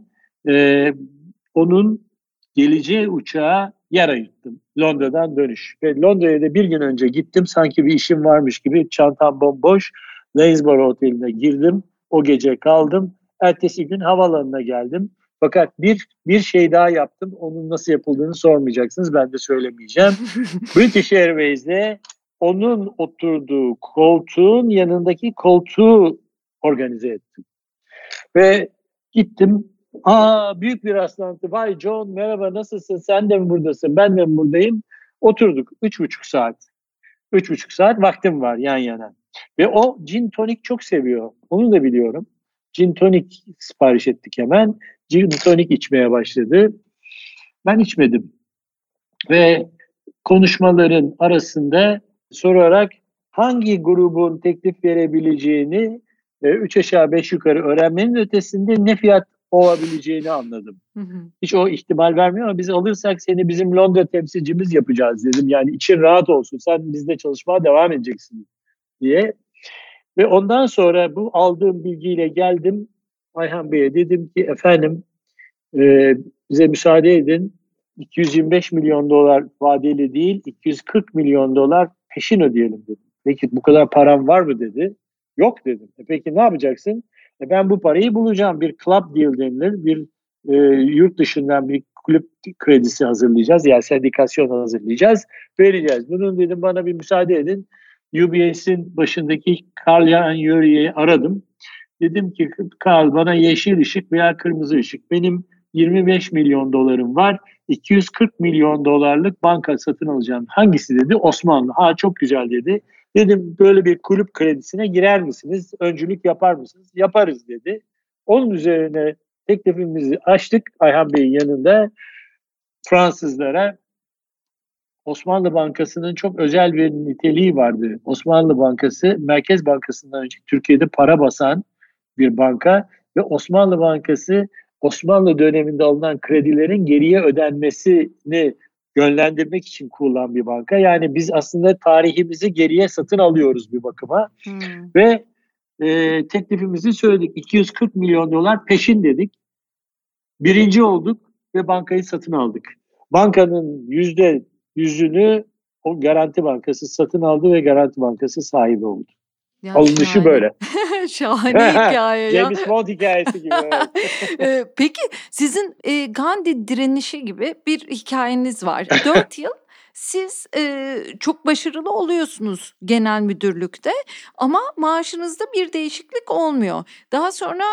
onun geleceği uçağa yer ayırttım. Londra'dan dönüş. Ve Londra'ya da bir gün önce gittim. Sanki bir işim varmış gibi çantam bomboş. Lanesborough Oteli'ne girdim. O gece kaldım. Ertesi gün havaalanına geldim. Fakat bir şey daha yaptım. Onun nasıl yapıldığını sormayacaksınız. Ben de söylemeyeceğim. British Airways'le onun oturduğu koltuğun yanındaki koltuğu organize ettim. Ve gittim. Büyük bir rastlantı. Vay John merhaba nasılsın? Sen de mi buradasın? Ben de mi buradayım? Oturduk. 3,5 saat. 3,5 saat vaktim var yan yana. Ve o gin tonic çok seviyor. Onu da biliyorum. Gin tonic sipariş ettik hemen. Gin tonic içmeye başladı. Ben içmedim. Ve konuşmaların arasında sorarak hangi grubun teklif verebileceğini 3 aşağı 5 yukarı öğrenmenin ötesinde ne fiyat olabileceğini anladım. Hı hı. Hiç o ihtimal vermiyor ama biz alırsak seni bizim Londra temsilcimiz yapacağız dedim. Yani için rahat olsun sen bizde çalışmaya devam edeceksin diye. Ve ondan sonra bu aldığım bilgiyle geldim Ayhan Bey'e dedim ki efendim bize müsaade edin 225 milyon dolar vadeli değil 240 milyon dolar peşin ödeyelim dedim. Peki bu kadar param var mı dedi. Yok dedim. Peki ne yapacaksın? Ben bu parayı bulacağım. Bir club deal denilir. Bir yurt dışından bir kulüp kredisi hazırlayacağız. Yani sendikasyon hazırlayacağız. Vereceğiz. Bunun dedim bana bir müsaade edin. UBS'in başındaki Karl-Jan Yuri'yi aradım. Dedim ki Karl bana yeşil ışık veya kırmızı ışık. Benim 25 milyon dolarım var. 240 milyon dolarlık banka satın alacağım. Hangisi dedi? Osmanlı. Ha çok güzel dedi. Dedim böyle bir kulüp kredisine girer misiniz? Öncülük yapar mısınız? Yaparız dedi. Onun üzerine teklifimizi açtık Ayhan Bey'in yanında Fransızlara. Osmanlı Bankası'nın çok özel bir niteliği vardı. Osmanlı Bankası Merkez Bankası'ndan önce Türkiye'de para basan bir banka ve Osmanlı Bankası Osmanlı döneminde alınan kredilerin geriye ödenmesini yönlendirmek için kurulan bir banka. Yani biz aslında tarihimizi geriye satın alıyoruz bir bakıma. Ve teklifimizi söyledik. 240 milyon dolar peşin dedik. Birinci olduk ve bankayı satın aldık. Bankanın %100'ünü o Garanti Bankası satın aldı ve Garanti Bankası sahibi oldu. Ya Alınışı böyle. Şahane hikaye ya. James Bond hikayesi gibi. Evet. Peki sizin Gandhi direnişi gibi bir hikayeniz var. 4 yıl siz çok başarılı oluyorsunuz genel müdürlükte ama maaşınızda bir değişiklik olmuyor. Daha sonra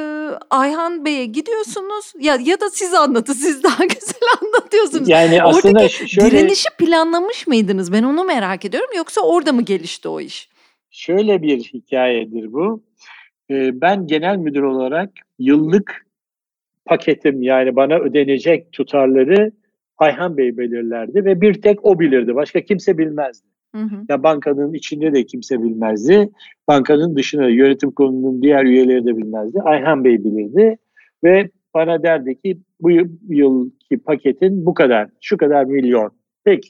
Ayhan Bey'e gidiyorsunuz ya da siz anlatın, siz daha güzel anlatıyorsunuz. Yani aslında oradaki direnişi planlamış mıydınız? Ben onu merak ediyorum. Yoksa orada mı gelişti o iş? Şöyle bir hikayedir bu. Ben genel müdür olarak yıllık paketim yani bana ödenecek tutarları Ayhan Bey belirlerdi ve bir tek o bilirdi. Başka kimse bilmezdi. Ya bankanın içinde de kimse bilmezdi. Bankanın dışında yönetim kurulunun diğer üyeleri de bilmezdi. Ayhan Bey bilirdi ve bana derdi ki bu yılki paketin bu kadar, şu kadar milyon. Peki.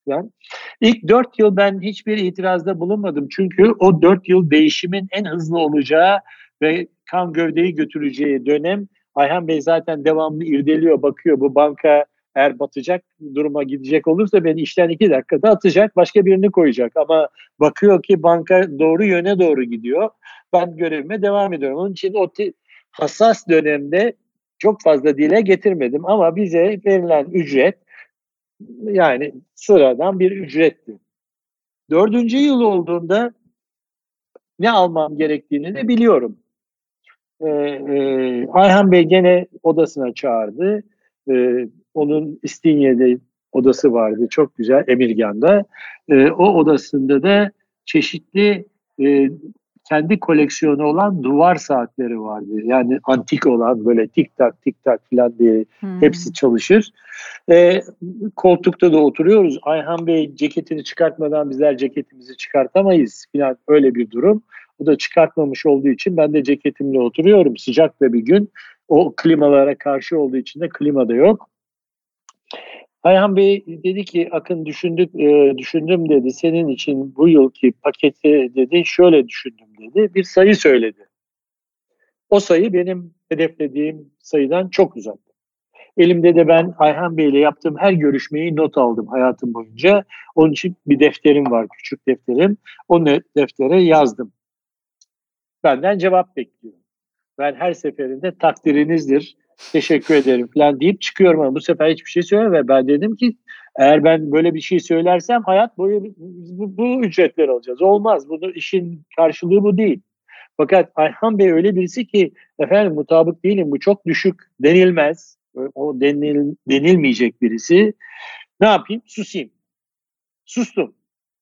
İlk 4 yıl ben hiçbir itirazda bulunmadım. Çünkü o 4 yıl değişimin en hızlı olacağı ve kan gövdeyi götüreceği dönem. Ayhan Bey zaten devamlı irdeliyor, bakıyor bu banka eğer batacak duruma gidecek olursa beni işten 2 dakikada atacak, başka birini koyacak. Ama bakıyor ki banka doğru yöne doğru gidiyor. Ben görevime devam ediyorum. Onun için o hassas dönemde çok fazla dile getirmedim ama bize verilen ücret yani sıradan bir ücretti. 4. yıl olduğunda ne almam gerektiğini de biliyorum. Ayhan Bey gene odasına çağırdı. Onun İstinye'de odası vardı. Çok güzel Emirgan'da. O odasında da çeşitli kendi koleksiyonu olan duvar saatleri vardı. Yani antik olan böyle tik tak tik tak falan diye hepsi çalışır. Koltukta da oturuyoruz. Ayhan Bey ceketini çıkartmadan bizler ceketimizi çıkartamayız falan öyle bir durum. O da çıkartmamış olduğu için ben de ceketimle oturuyorum. Sıcak da bir gün. O klimalara karşı olduğu için de klima da yok. Ayhan Bey dedi ki Akın düşündüm dedi. Senin için bu yılki paketi dedi şöyle düşündüm dedi. Bir sayı söyledi. O sayı benim hedeflediğim sayıdan çok uzak. Elimde de ben Ayhan Bey ile yaptığım her görüşmeyi not aldım hayatım boyunca. Onun için bir defterim var, küçük defterim. O deftere yazdım. Benden cevap bekliyor. Ben her seferinde takdirinizdir, teşekkür ederim falan deyip çıkıyorum ama bu sefer hiçbir şey söyleme. Ben dedim ki eğer ben böyle bir şey söylersem hayat boyu bu ücretler alacağız. Olmaz. Bunu işin karşılığı bu değil. Fakat Ayhan Bey öyle birisi ki efendim mutabık değilim bu çok düşük denilmez. O denilmeyecek birisi. Ne yapayım? Susayım. Sustum.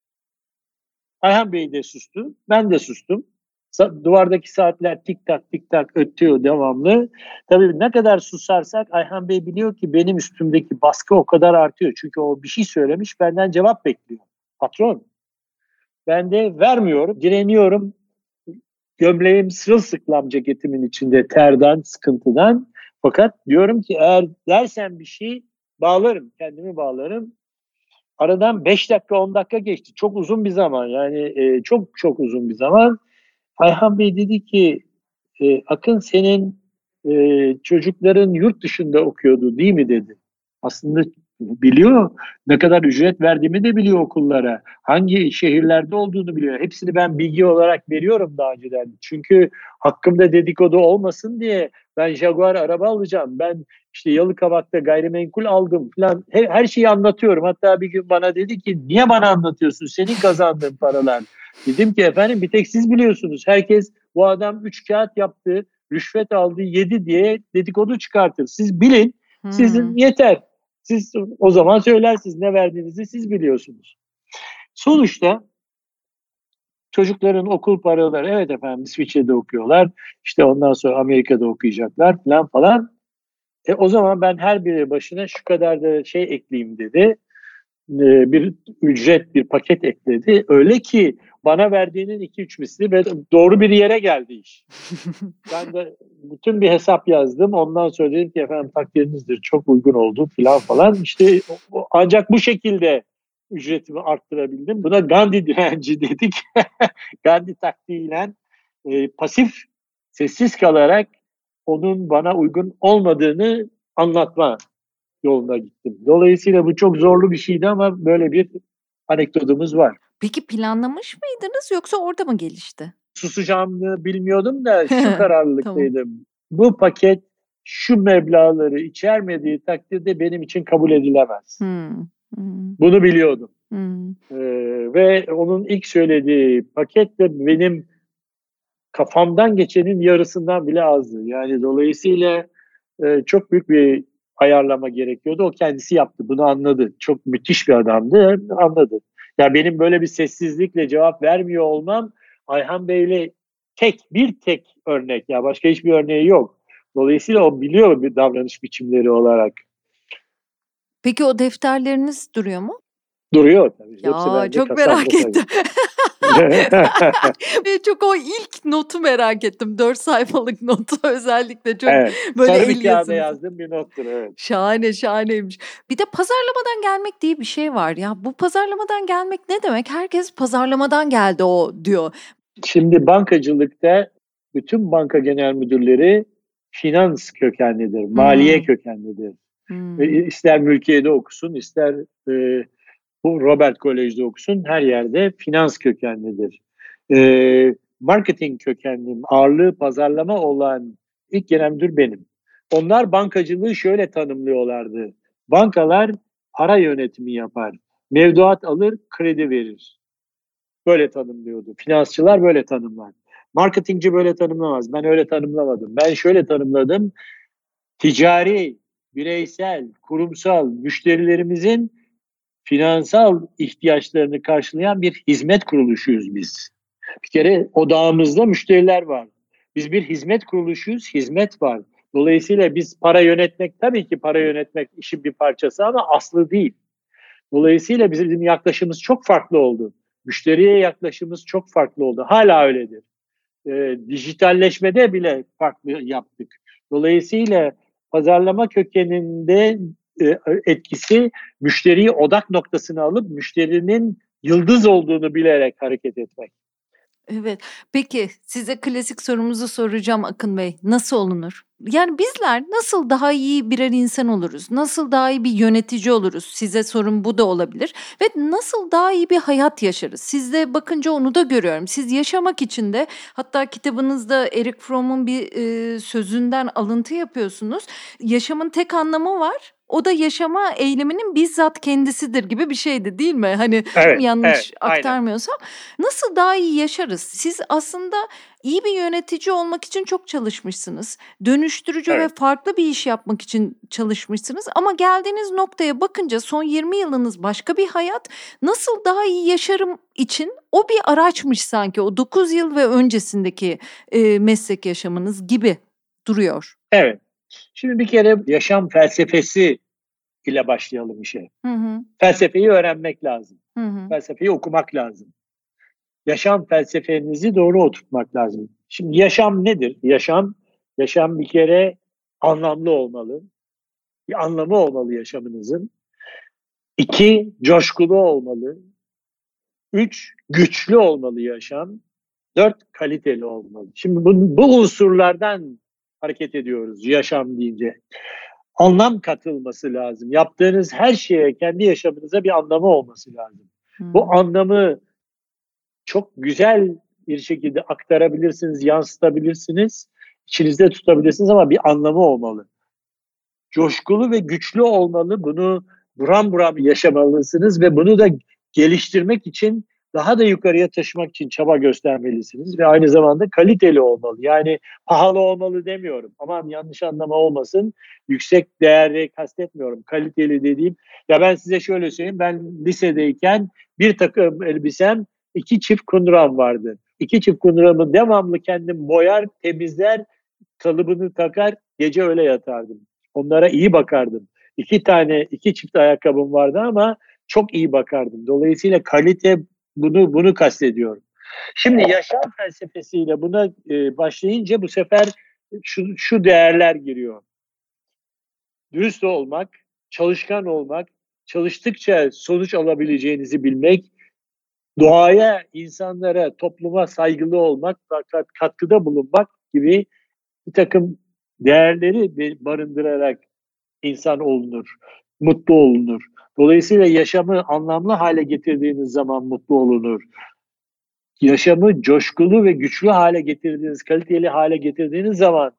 Ayhan Bey de sustu. Ben de sustum. Duvardaki saatler tik tak tik tak ötüyor devamlı. Tabii ne kadar susarsak Ayhan Bey biliyor ki benim üstümdeki baskı o kadar artıyor. Çünkü o bir şey söylemiş benden cevap bekliyor. Patron. Ben de vermiyorum. Direniyorum. Gömleğim sırılsıklam ceketimin içinde terden, sıkıntıdan. Fakat diyorum ki eğer dersen bir şey bağlarım. Kendimi bağlarım. Aradan 5 dakika 10 dakika geçti. Çok uzun bir zaman yani çok çok uzun bir zaman. Ayhan Bey dedi ki Akın senin çocukların yurt dışında okuyordu değil mi dedi. Aslında Biliyor. Ne kadar ücret verdiğimi de biliyor okullara. Hangi şehirlerde olduğunu biliyor. Hepsini ben bilgi olarak veriyorum daha önceden. Çünkü hakkımda dedikodu olmasın diye ben Jaguar araba alacağım. Ben işte Yalıkavak'ta gayrimenkul aldım falan. Her şeyi anlatıyorum. Hatta bir gün bana dedi ki niye bana anlatıyorsun? Senin kazandığın paralar. Dedim ki efendim bir tek siz biliyorsunuz. Herkes bu adam 3 kağıt yaptı, rüşvet aldı, yedi diye dedikodu çıkartır. Siz bilin. Sizin Hmm. yeter. Siz o zaman söylersiniz ne verdiğinizi siz biliyorsunuz. Sonuçta çocukların okul paraları evet efendim İsviçre'de okuyorlar. İşte ondan sonra Amerika'da okuyacaklar falan falan. O zaman ben her biri başına şu kadar da şey ekleyeyim dedi. Bir ücret, bir paket ekledi. Öyle ki bana verdiğinin 2-3 misli ve doğru bir yere geldi iş. Ben de bütün bir hesap yazdım. Ondan sonra dedim ki efendim takdirinizdir çok uygun oldu falan falan. İşte ancak bu şekilde ücretimi arttırabildim. Buna Gandhi direnci dedik. Gandhi taktiğiyle pasif, sessiz kalarak onun bana uygun olmadığını anlatma yoluna gittim. Dolayısıyla bu çok zorlu bir şeydi ama böyle bir anekdotumuz var. Peki planlamış mıydınız yoksa orada mı gelişti? Susacağımı bilmiyordum da şu Tamam. kararlılıktaydım. Bu paket şu meblağları içermediği takdirde benim için kabul edilemez. Hımm. Hımm. Bunu biliyordum. Hımm. Ve onun ilk söylediği paket de benim kafamdan geçenin yarısından bile azdı. Yani dolayısıyla çok büyük bir ayarlama gerekiyordu. O kendisi yaptı. Bunu anladı. Çok müthiş bir adamdı. Anladı. Ya benim böyle bir sessizlikle cevap vermiyor olmam Ayhan Bey'le bir tek örnek. Ya başka hiçbir örneği yok. Dolayısıyla o biliyor bir davranış biçimleri olarak. Peki o defterleriniz duruyor mu? Duruyor tabii. Hepsi Ya, bende çok kasamda merak tabii. ettim. Çok o ilk notu merak ettim. 4 sayfalık notu özellikle çok Evet. böyle Sarı el bir kağıda yazınızı. yazdığım bir nottur. Evet. Şahane, şahaneymiş. Bir de pazarlamadan gelmek diye bir şey var ya. Bu pazarlamadan gelmek ne demek? Herkes pazarlamadan geldi o diyor. Şimdi bankacılıkta bütün banka genel müdürleri finans kökenlidir, maliye Hımm. kökenlidir. Hımm. İster mülkiyede okusun, ister bu Robert Kolej'de okusun, her yerde finans kökenlidir. Marketing kökenli, ağırlığı pazarlama olan ilk genel müdür benim. Onlar bankacılığı şöyle tanımlıyorlardı. Bankalar para yönetimi yapar, mevduat alır, kredi verir. Böyle tanımlıyordu. Finansçılar böyle tanımlar. Marketingci böyle tanımlamaz. Ben öyle tanımlamadım. Ben şöyle tanımladım. Ticari, bireysel, kurumsal müşterilerimizin finansal ihtiyaçlarını karşılayan bir hizmet kuruluşuyuz biz. Bir kere odağımızda müşteriler var. Biz bir hizmet kuruluşuyuz, hizmet var. Dolayısıyla biz para yönetmek, tabii ki para yönetmek işin bir parçası ama aslı değil. Dolayısıyla bizim yaklaşımımız çok farklı oldu. Müşteriye yaklaşımımız çok farklı oldu. Hala öyledir. Dijitalleşmede bile farklı yaptık. Dolayısıyla pazarlama kökeninde etkisi müşteriyi odak noktasına alıp müşterinin yıldız olduğunu bilerek hareket etmek. Evet. Peki, size klasik sorumuzu soracağım Akın Bey. Nasıl olunur? Yani bizler nasıl daha iyi birer insan oluruz? Nasıl daha iyi bir yönetici oluruz? Size sorum bu da olabilir ve nasıl daha iyi bir hayat yaşarız? Sizde bakınca onu da görüyorum. Siz yaşamak için de hatta kitabınızda Eric Fromm'un bir, sözünden alıntı yapıyorsunuz. Yaşamın tek anlamı var. O da yaşama eyleminin bizzat kendisidir gibi bir şeydi, değil mi? Hani Evet, evet, yanlış aynen. aktarmıyorsam. Nasıl daha iyi yaşarız? Siz aslında iyi bir yönetici olmak için çok çalışmışsınız. Dönüştürücü ve Evet. farklı bir iş yapmak için çalışmışsınız ama geldiğiniz noktaya bakınca son 20 yılınız başka bir hayat. Nasıl daha iyi yaşarım için o bir araçmış sanki o 9 yıl ve öncesindeki, meslek yaşamınız gibi duruyor. Evet. Şimdi bir kere yaşam felsefesi ile başlayalım işe. Hı hı. Felsefeyi öğrenmek lazım. Hı hı. Felsefeyi okumak lazım. Yaşam felsefenizi doğru oturtmak lazım. Şimdi yaşam nedir? Yaşam bir kere anlamlı olmalı. Bir anlamı olmalı yaşamınızın. 2, coşkulu olmalı. 3, güçlü olmalı yaşam. 4, kaliteli olmalı. Şimdi bu unsurlardan hareket ediyoruz yaşam deyince. anlam katılması lazım. Yaptığınız her şeye, kendi yaşamınıza bir anlamı olması lazım. Bu anlamı çok güzel bir şekilde aktarabilirsiniz, yansıtabilirsiniz, içinizde tutabilirsiniz ama bir anlamı olmalı. Coşkulu ve güçlü olmalı. Bunu buram buram yaşamalısınız ve bunu da geliştirmek için, daha da yukarıya taşımak için çaba göstermelisiniz ve aynı zamanda kaliteli olmalı. Yani pahalı olmalı demiyorum. Aman yanlış anlama olmasın. Yüksek değerli kastetmiyorum. Kaliteli dediğim, ya ben size şöyle söyleyeyim. Ben lisedeyken bir takım elbisem, 2 çift kunduram vardı. 2 çift kunduramı devamlı kendim boyar, temizler, kalıbını takar, gece öyle yatardım. Onlara iyi bakardım. 2 çift ayakkabım vardı ama çok iyi bakardım. Dolayısıyla kalite, bunu kastediyorum. Şimdi yaşam felsefesiyle buna başlayınca bu sefer şu değerler giriyor. Dürüst olmak, çalışkan olmak, çalıştıkça sonuç alabileceğinizi bilmek, doğaya, insanlara, topluma saygılı olmak, katkıda bulunmak gibi bir takım değerleri barındırarak insan olunur, mutlu olunur. Dolayısıyla yaşamı anlamlı hale getirdiğiniz zaman mutlu olunur. Yaşamı coşkulu ve güçlü hale getirdiğiniz, kaliteli hale getirdiğiniz zaman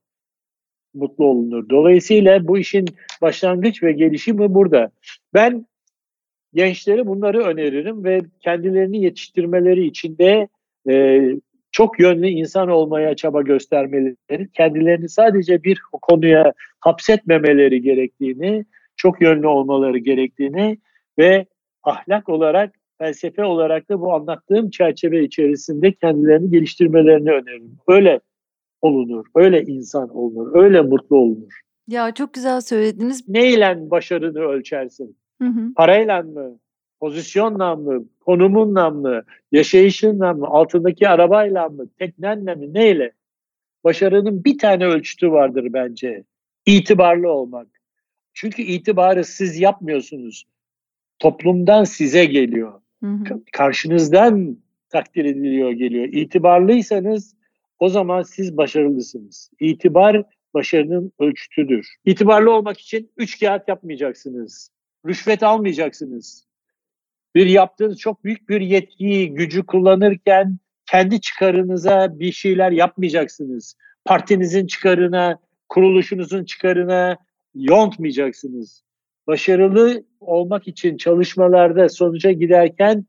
mutlu olunur. Dolayısıyla bu işin başlangıç ve gelişimi burada. Ben gençlere bunları öneririm ve kendilerini yetiştirmeleri için de e, çok yönlü insan olmaya çaba göstermeleri, kendilerini sadece bir konuya hapsetmemeleri gerektiğini, çok yönlü olmaları gerektiğini ve ahlak olarak, felsefe olarak da bu anlattığım çerçeve içerisinde kendilerini geliştirmelerini öneririm. Öyle olunur, öyle insan olunur, öyle mutlu olunur. Ya çok güzel söylediniz. Neyle başarını ölçersin? Hı hı. Parayla mı? Pozisyonla mı? Konumunla mı? Yaşayışınla mı? Altındaki arabayla mı? Teknenle mi? Neyle? Başarının bir tane ölçütü vardır bence. İtibarlı olmak. Çünkü itibarı siz yapmıyorsunuz. Toplumdan size geliyor. Hı hı. Karşınızdan takdir ediliyor, geliyor. İtibarlıysanız o zaman siz başarılısınız. İtibar başarının ölçütüdür. İtibarlı olmak için 3 kağıt yapmayacaksınız. Rüşvet almayacaksınız. Bir yaptığınız çok büyük bir yetkiyi, gücü kullanırken kendi çıkarınıza bir şeyler yapmayacaksınız. Partinizin çıkarına, kuruluşunuzun çıkarına yontmayacaksınız. Başarılı olmak için çalışmalarda sonuca giderken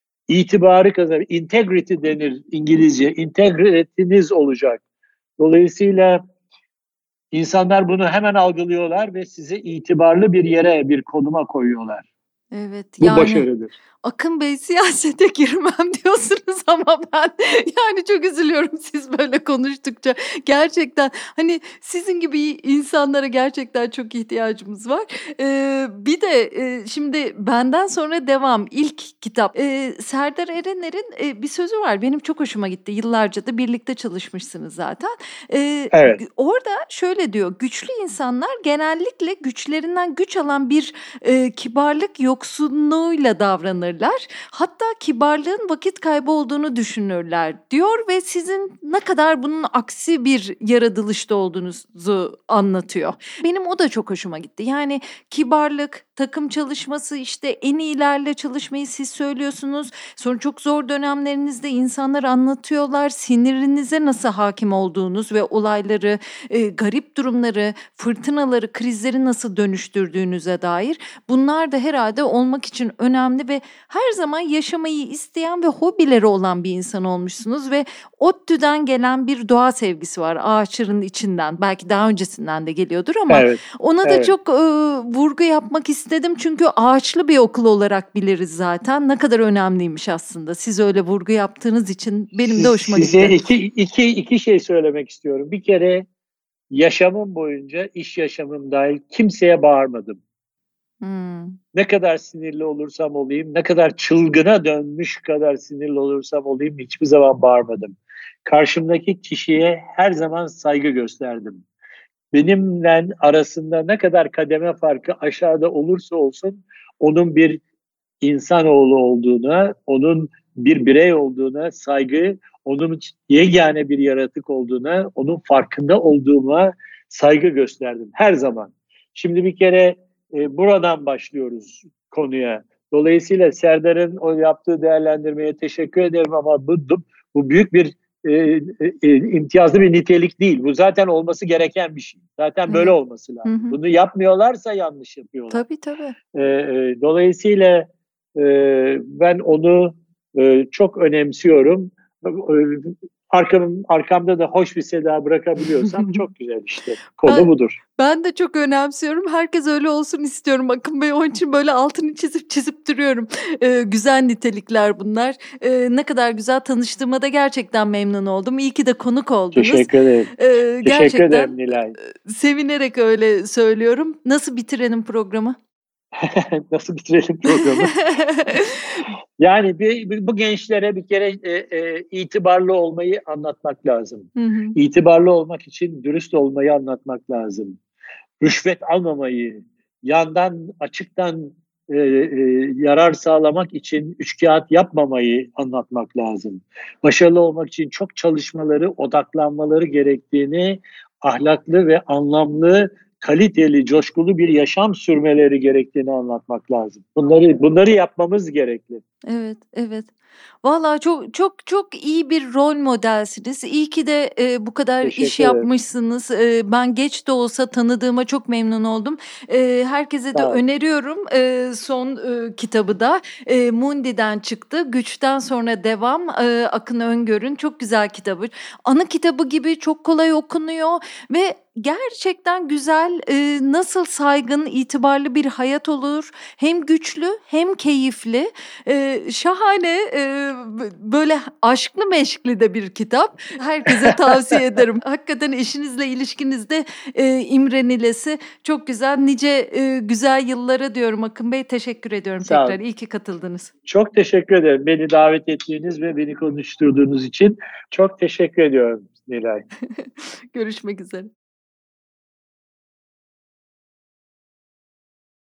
itibarı kazanır. Integrity denir İngilizce. Integrity'niz olacak. Dolayısıyla insanlar bunu hemen algılıyorlar ve sizi itibarlı bir yere, bir konuma koyuyorlar. Evet, Bu yani başarıdır. Akın Bey siyasete girmem diyorsunuz ama ben yani çok üzülüyorum siz böyle konuştukça. Gerçekten hani sizin gibi insanlara gerçekten çok ihtiyacımız var. Bir de şimdi benden sonra devam ilk kitap. Serdar Erener'in bir sözü var. Benim çok hoşuma gitti. Yıllarca da birlikte çalışmışsınız zaten. Evet. Orada şöyle diyor. Güçlü insanlar genellikle güçlerinden güç alan bir kibarlık yoksunluğuyla davranırlar. Hatta kibarlığın vakit kaybı olduğunu düşünürler diyor ve sizin ne kadar bunun aksi bir yaratılışta olduğunuzu anlatıyor. Benim o da çok hoşuma gitti. Yani kibarlık, takım çalışması, işte en iyilerle çalışmayı siz söylüyorsunuz. Sonra çok zor dönemlerinizde insanlar anlatıyorlar. Sinirinize nasıl hakim olduğunuz ve olayları, garip durumları, fırtınaları, krizleri nasıl dönüştürdüğünüze dair. Bunlar da herhalde olmak için önemli ve her zaman yaşamayı isteyen ve hobileri olan bir insan olmuşsunuz ve ODTÜ'den gelen bir doğa sevgisi var ağaçların içinden. Belki daha öncesinden de geliyordur ama Evet. ona da Evet. çok vurgu yapmak istedim. Çünkü ağaçlı bir okul olarak biliriz zaten. Ne kadar önemliymiş aslında. Siz öyle vurgu yaptığınız için benim de hoşuma Size gitti. iki şey söylemek istiyorum. Bir kere yaşamım boyunca, iş yaşamım dahil kimseye bağırmadım. Ne kadar sinirli olursam olayım, ne kadar çılgına dönmüş kadar sinirli olursam olayım hiçbir zaman bağırmadım. Karşımdaki kişiye her zaman saygı gösterdim. Benimle arasında ne kadar kademe farkı aşağıda olursa olsun onun bir insanoğlu olduğuna, onun bir birey olduğuna saygı, onun yegane bir yaratık olduğuna, onun farkında olduğuma saygı gösterdim her zaman. Şimdi bir kere buradan başlıyoruz konuya. Dolayısıyla Serdar'ın o yaptığı değerlendirmeye teşekkür ederim ama bu büyük bir imtiyazlı bir nitelik değil. Bu zaten olması gereken bir şey. Zaten böyle Evet. olması Hı lazım. hı. Bunu yapmıyorlarsa yanlış yapıyorlar. Tabii, tabii. Dolayısıyla ben onu çok önemsiyorum. Arkamda da hoş bir seda bırakabiliyorsam çok güzel işte. Konu Ben budur. ben de çok önemsiyorum. Herkes öyle olsun istiyorum Akın Bey. Onun için böyle altını çizip duruyorum. Güzel nitelikler bunlar. Ne kadar güzel tanıştığıma da gerçekten memnun oldum. İyi ki de konuk oldunuz. Teşekkür ederim. Teşekkür ederim Gerçekten Nilay. sevinerek öyle söylüyorum. Nasıl bitirelim programı? Nasıl bitirelim programı? Yani bu gençlere bir kere itibarlı olmayı anlatmak lazım. Hı hı. İtibarlı olmak için dürüst olmayı anlatmak lazım. Rüşvet almamayı, yandan açıktan yarar sağlamak için üçkağıt yapmamayı anlatmak lazım. Başarılı olmak için çok çalışmaları, odaklanmaları gerektiğini, ahlaklı ve anlamlı, kaliteli, coşkulu bir yaşam sürmeleri gerektiğini anlatmak lazım. Bunları yapmamız gerekli. Evet, evet. Vallahi çok iyi bir rol modelsiniz. İyi ki de, bu kadar iş Teşekkür ederim. yapmışsınız. Ben geç de olsa tanıdığıma çok memnun oldum. Herkese de Sağ ol. öneriyorum. Son, kitabı da, Mundi'den çıktı. Güçten sonra devam, Akın Öngör'ün çok güzel kitabı. Anı kitabı gibi çok kolay okunuyor ve gerçekten güzel, nasıl saygın, itibarlı bir hayat olur. Hem güçlü hem keyifli. Şahane, böyle aşklı meşkli de bir kitap. Herkese tavsiye ederim. Hakikaten eşinizle ilişkinizde, imrenilesi çok güzel. Nice, güzel yıllara diyorum Akın Bey. Teşekkür ediyorum Sağ tekrar. olun. İyi ki katıldınız. Çok teşekkür ederim. Beni davet ettiğiniz ve beni konuşturduğunuz için çok teşekkür ediyorum Nilay. Görüşmek üzere.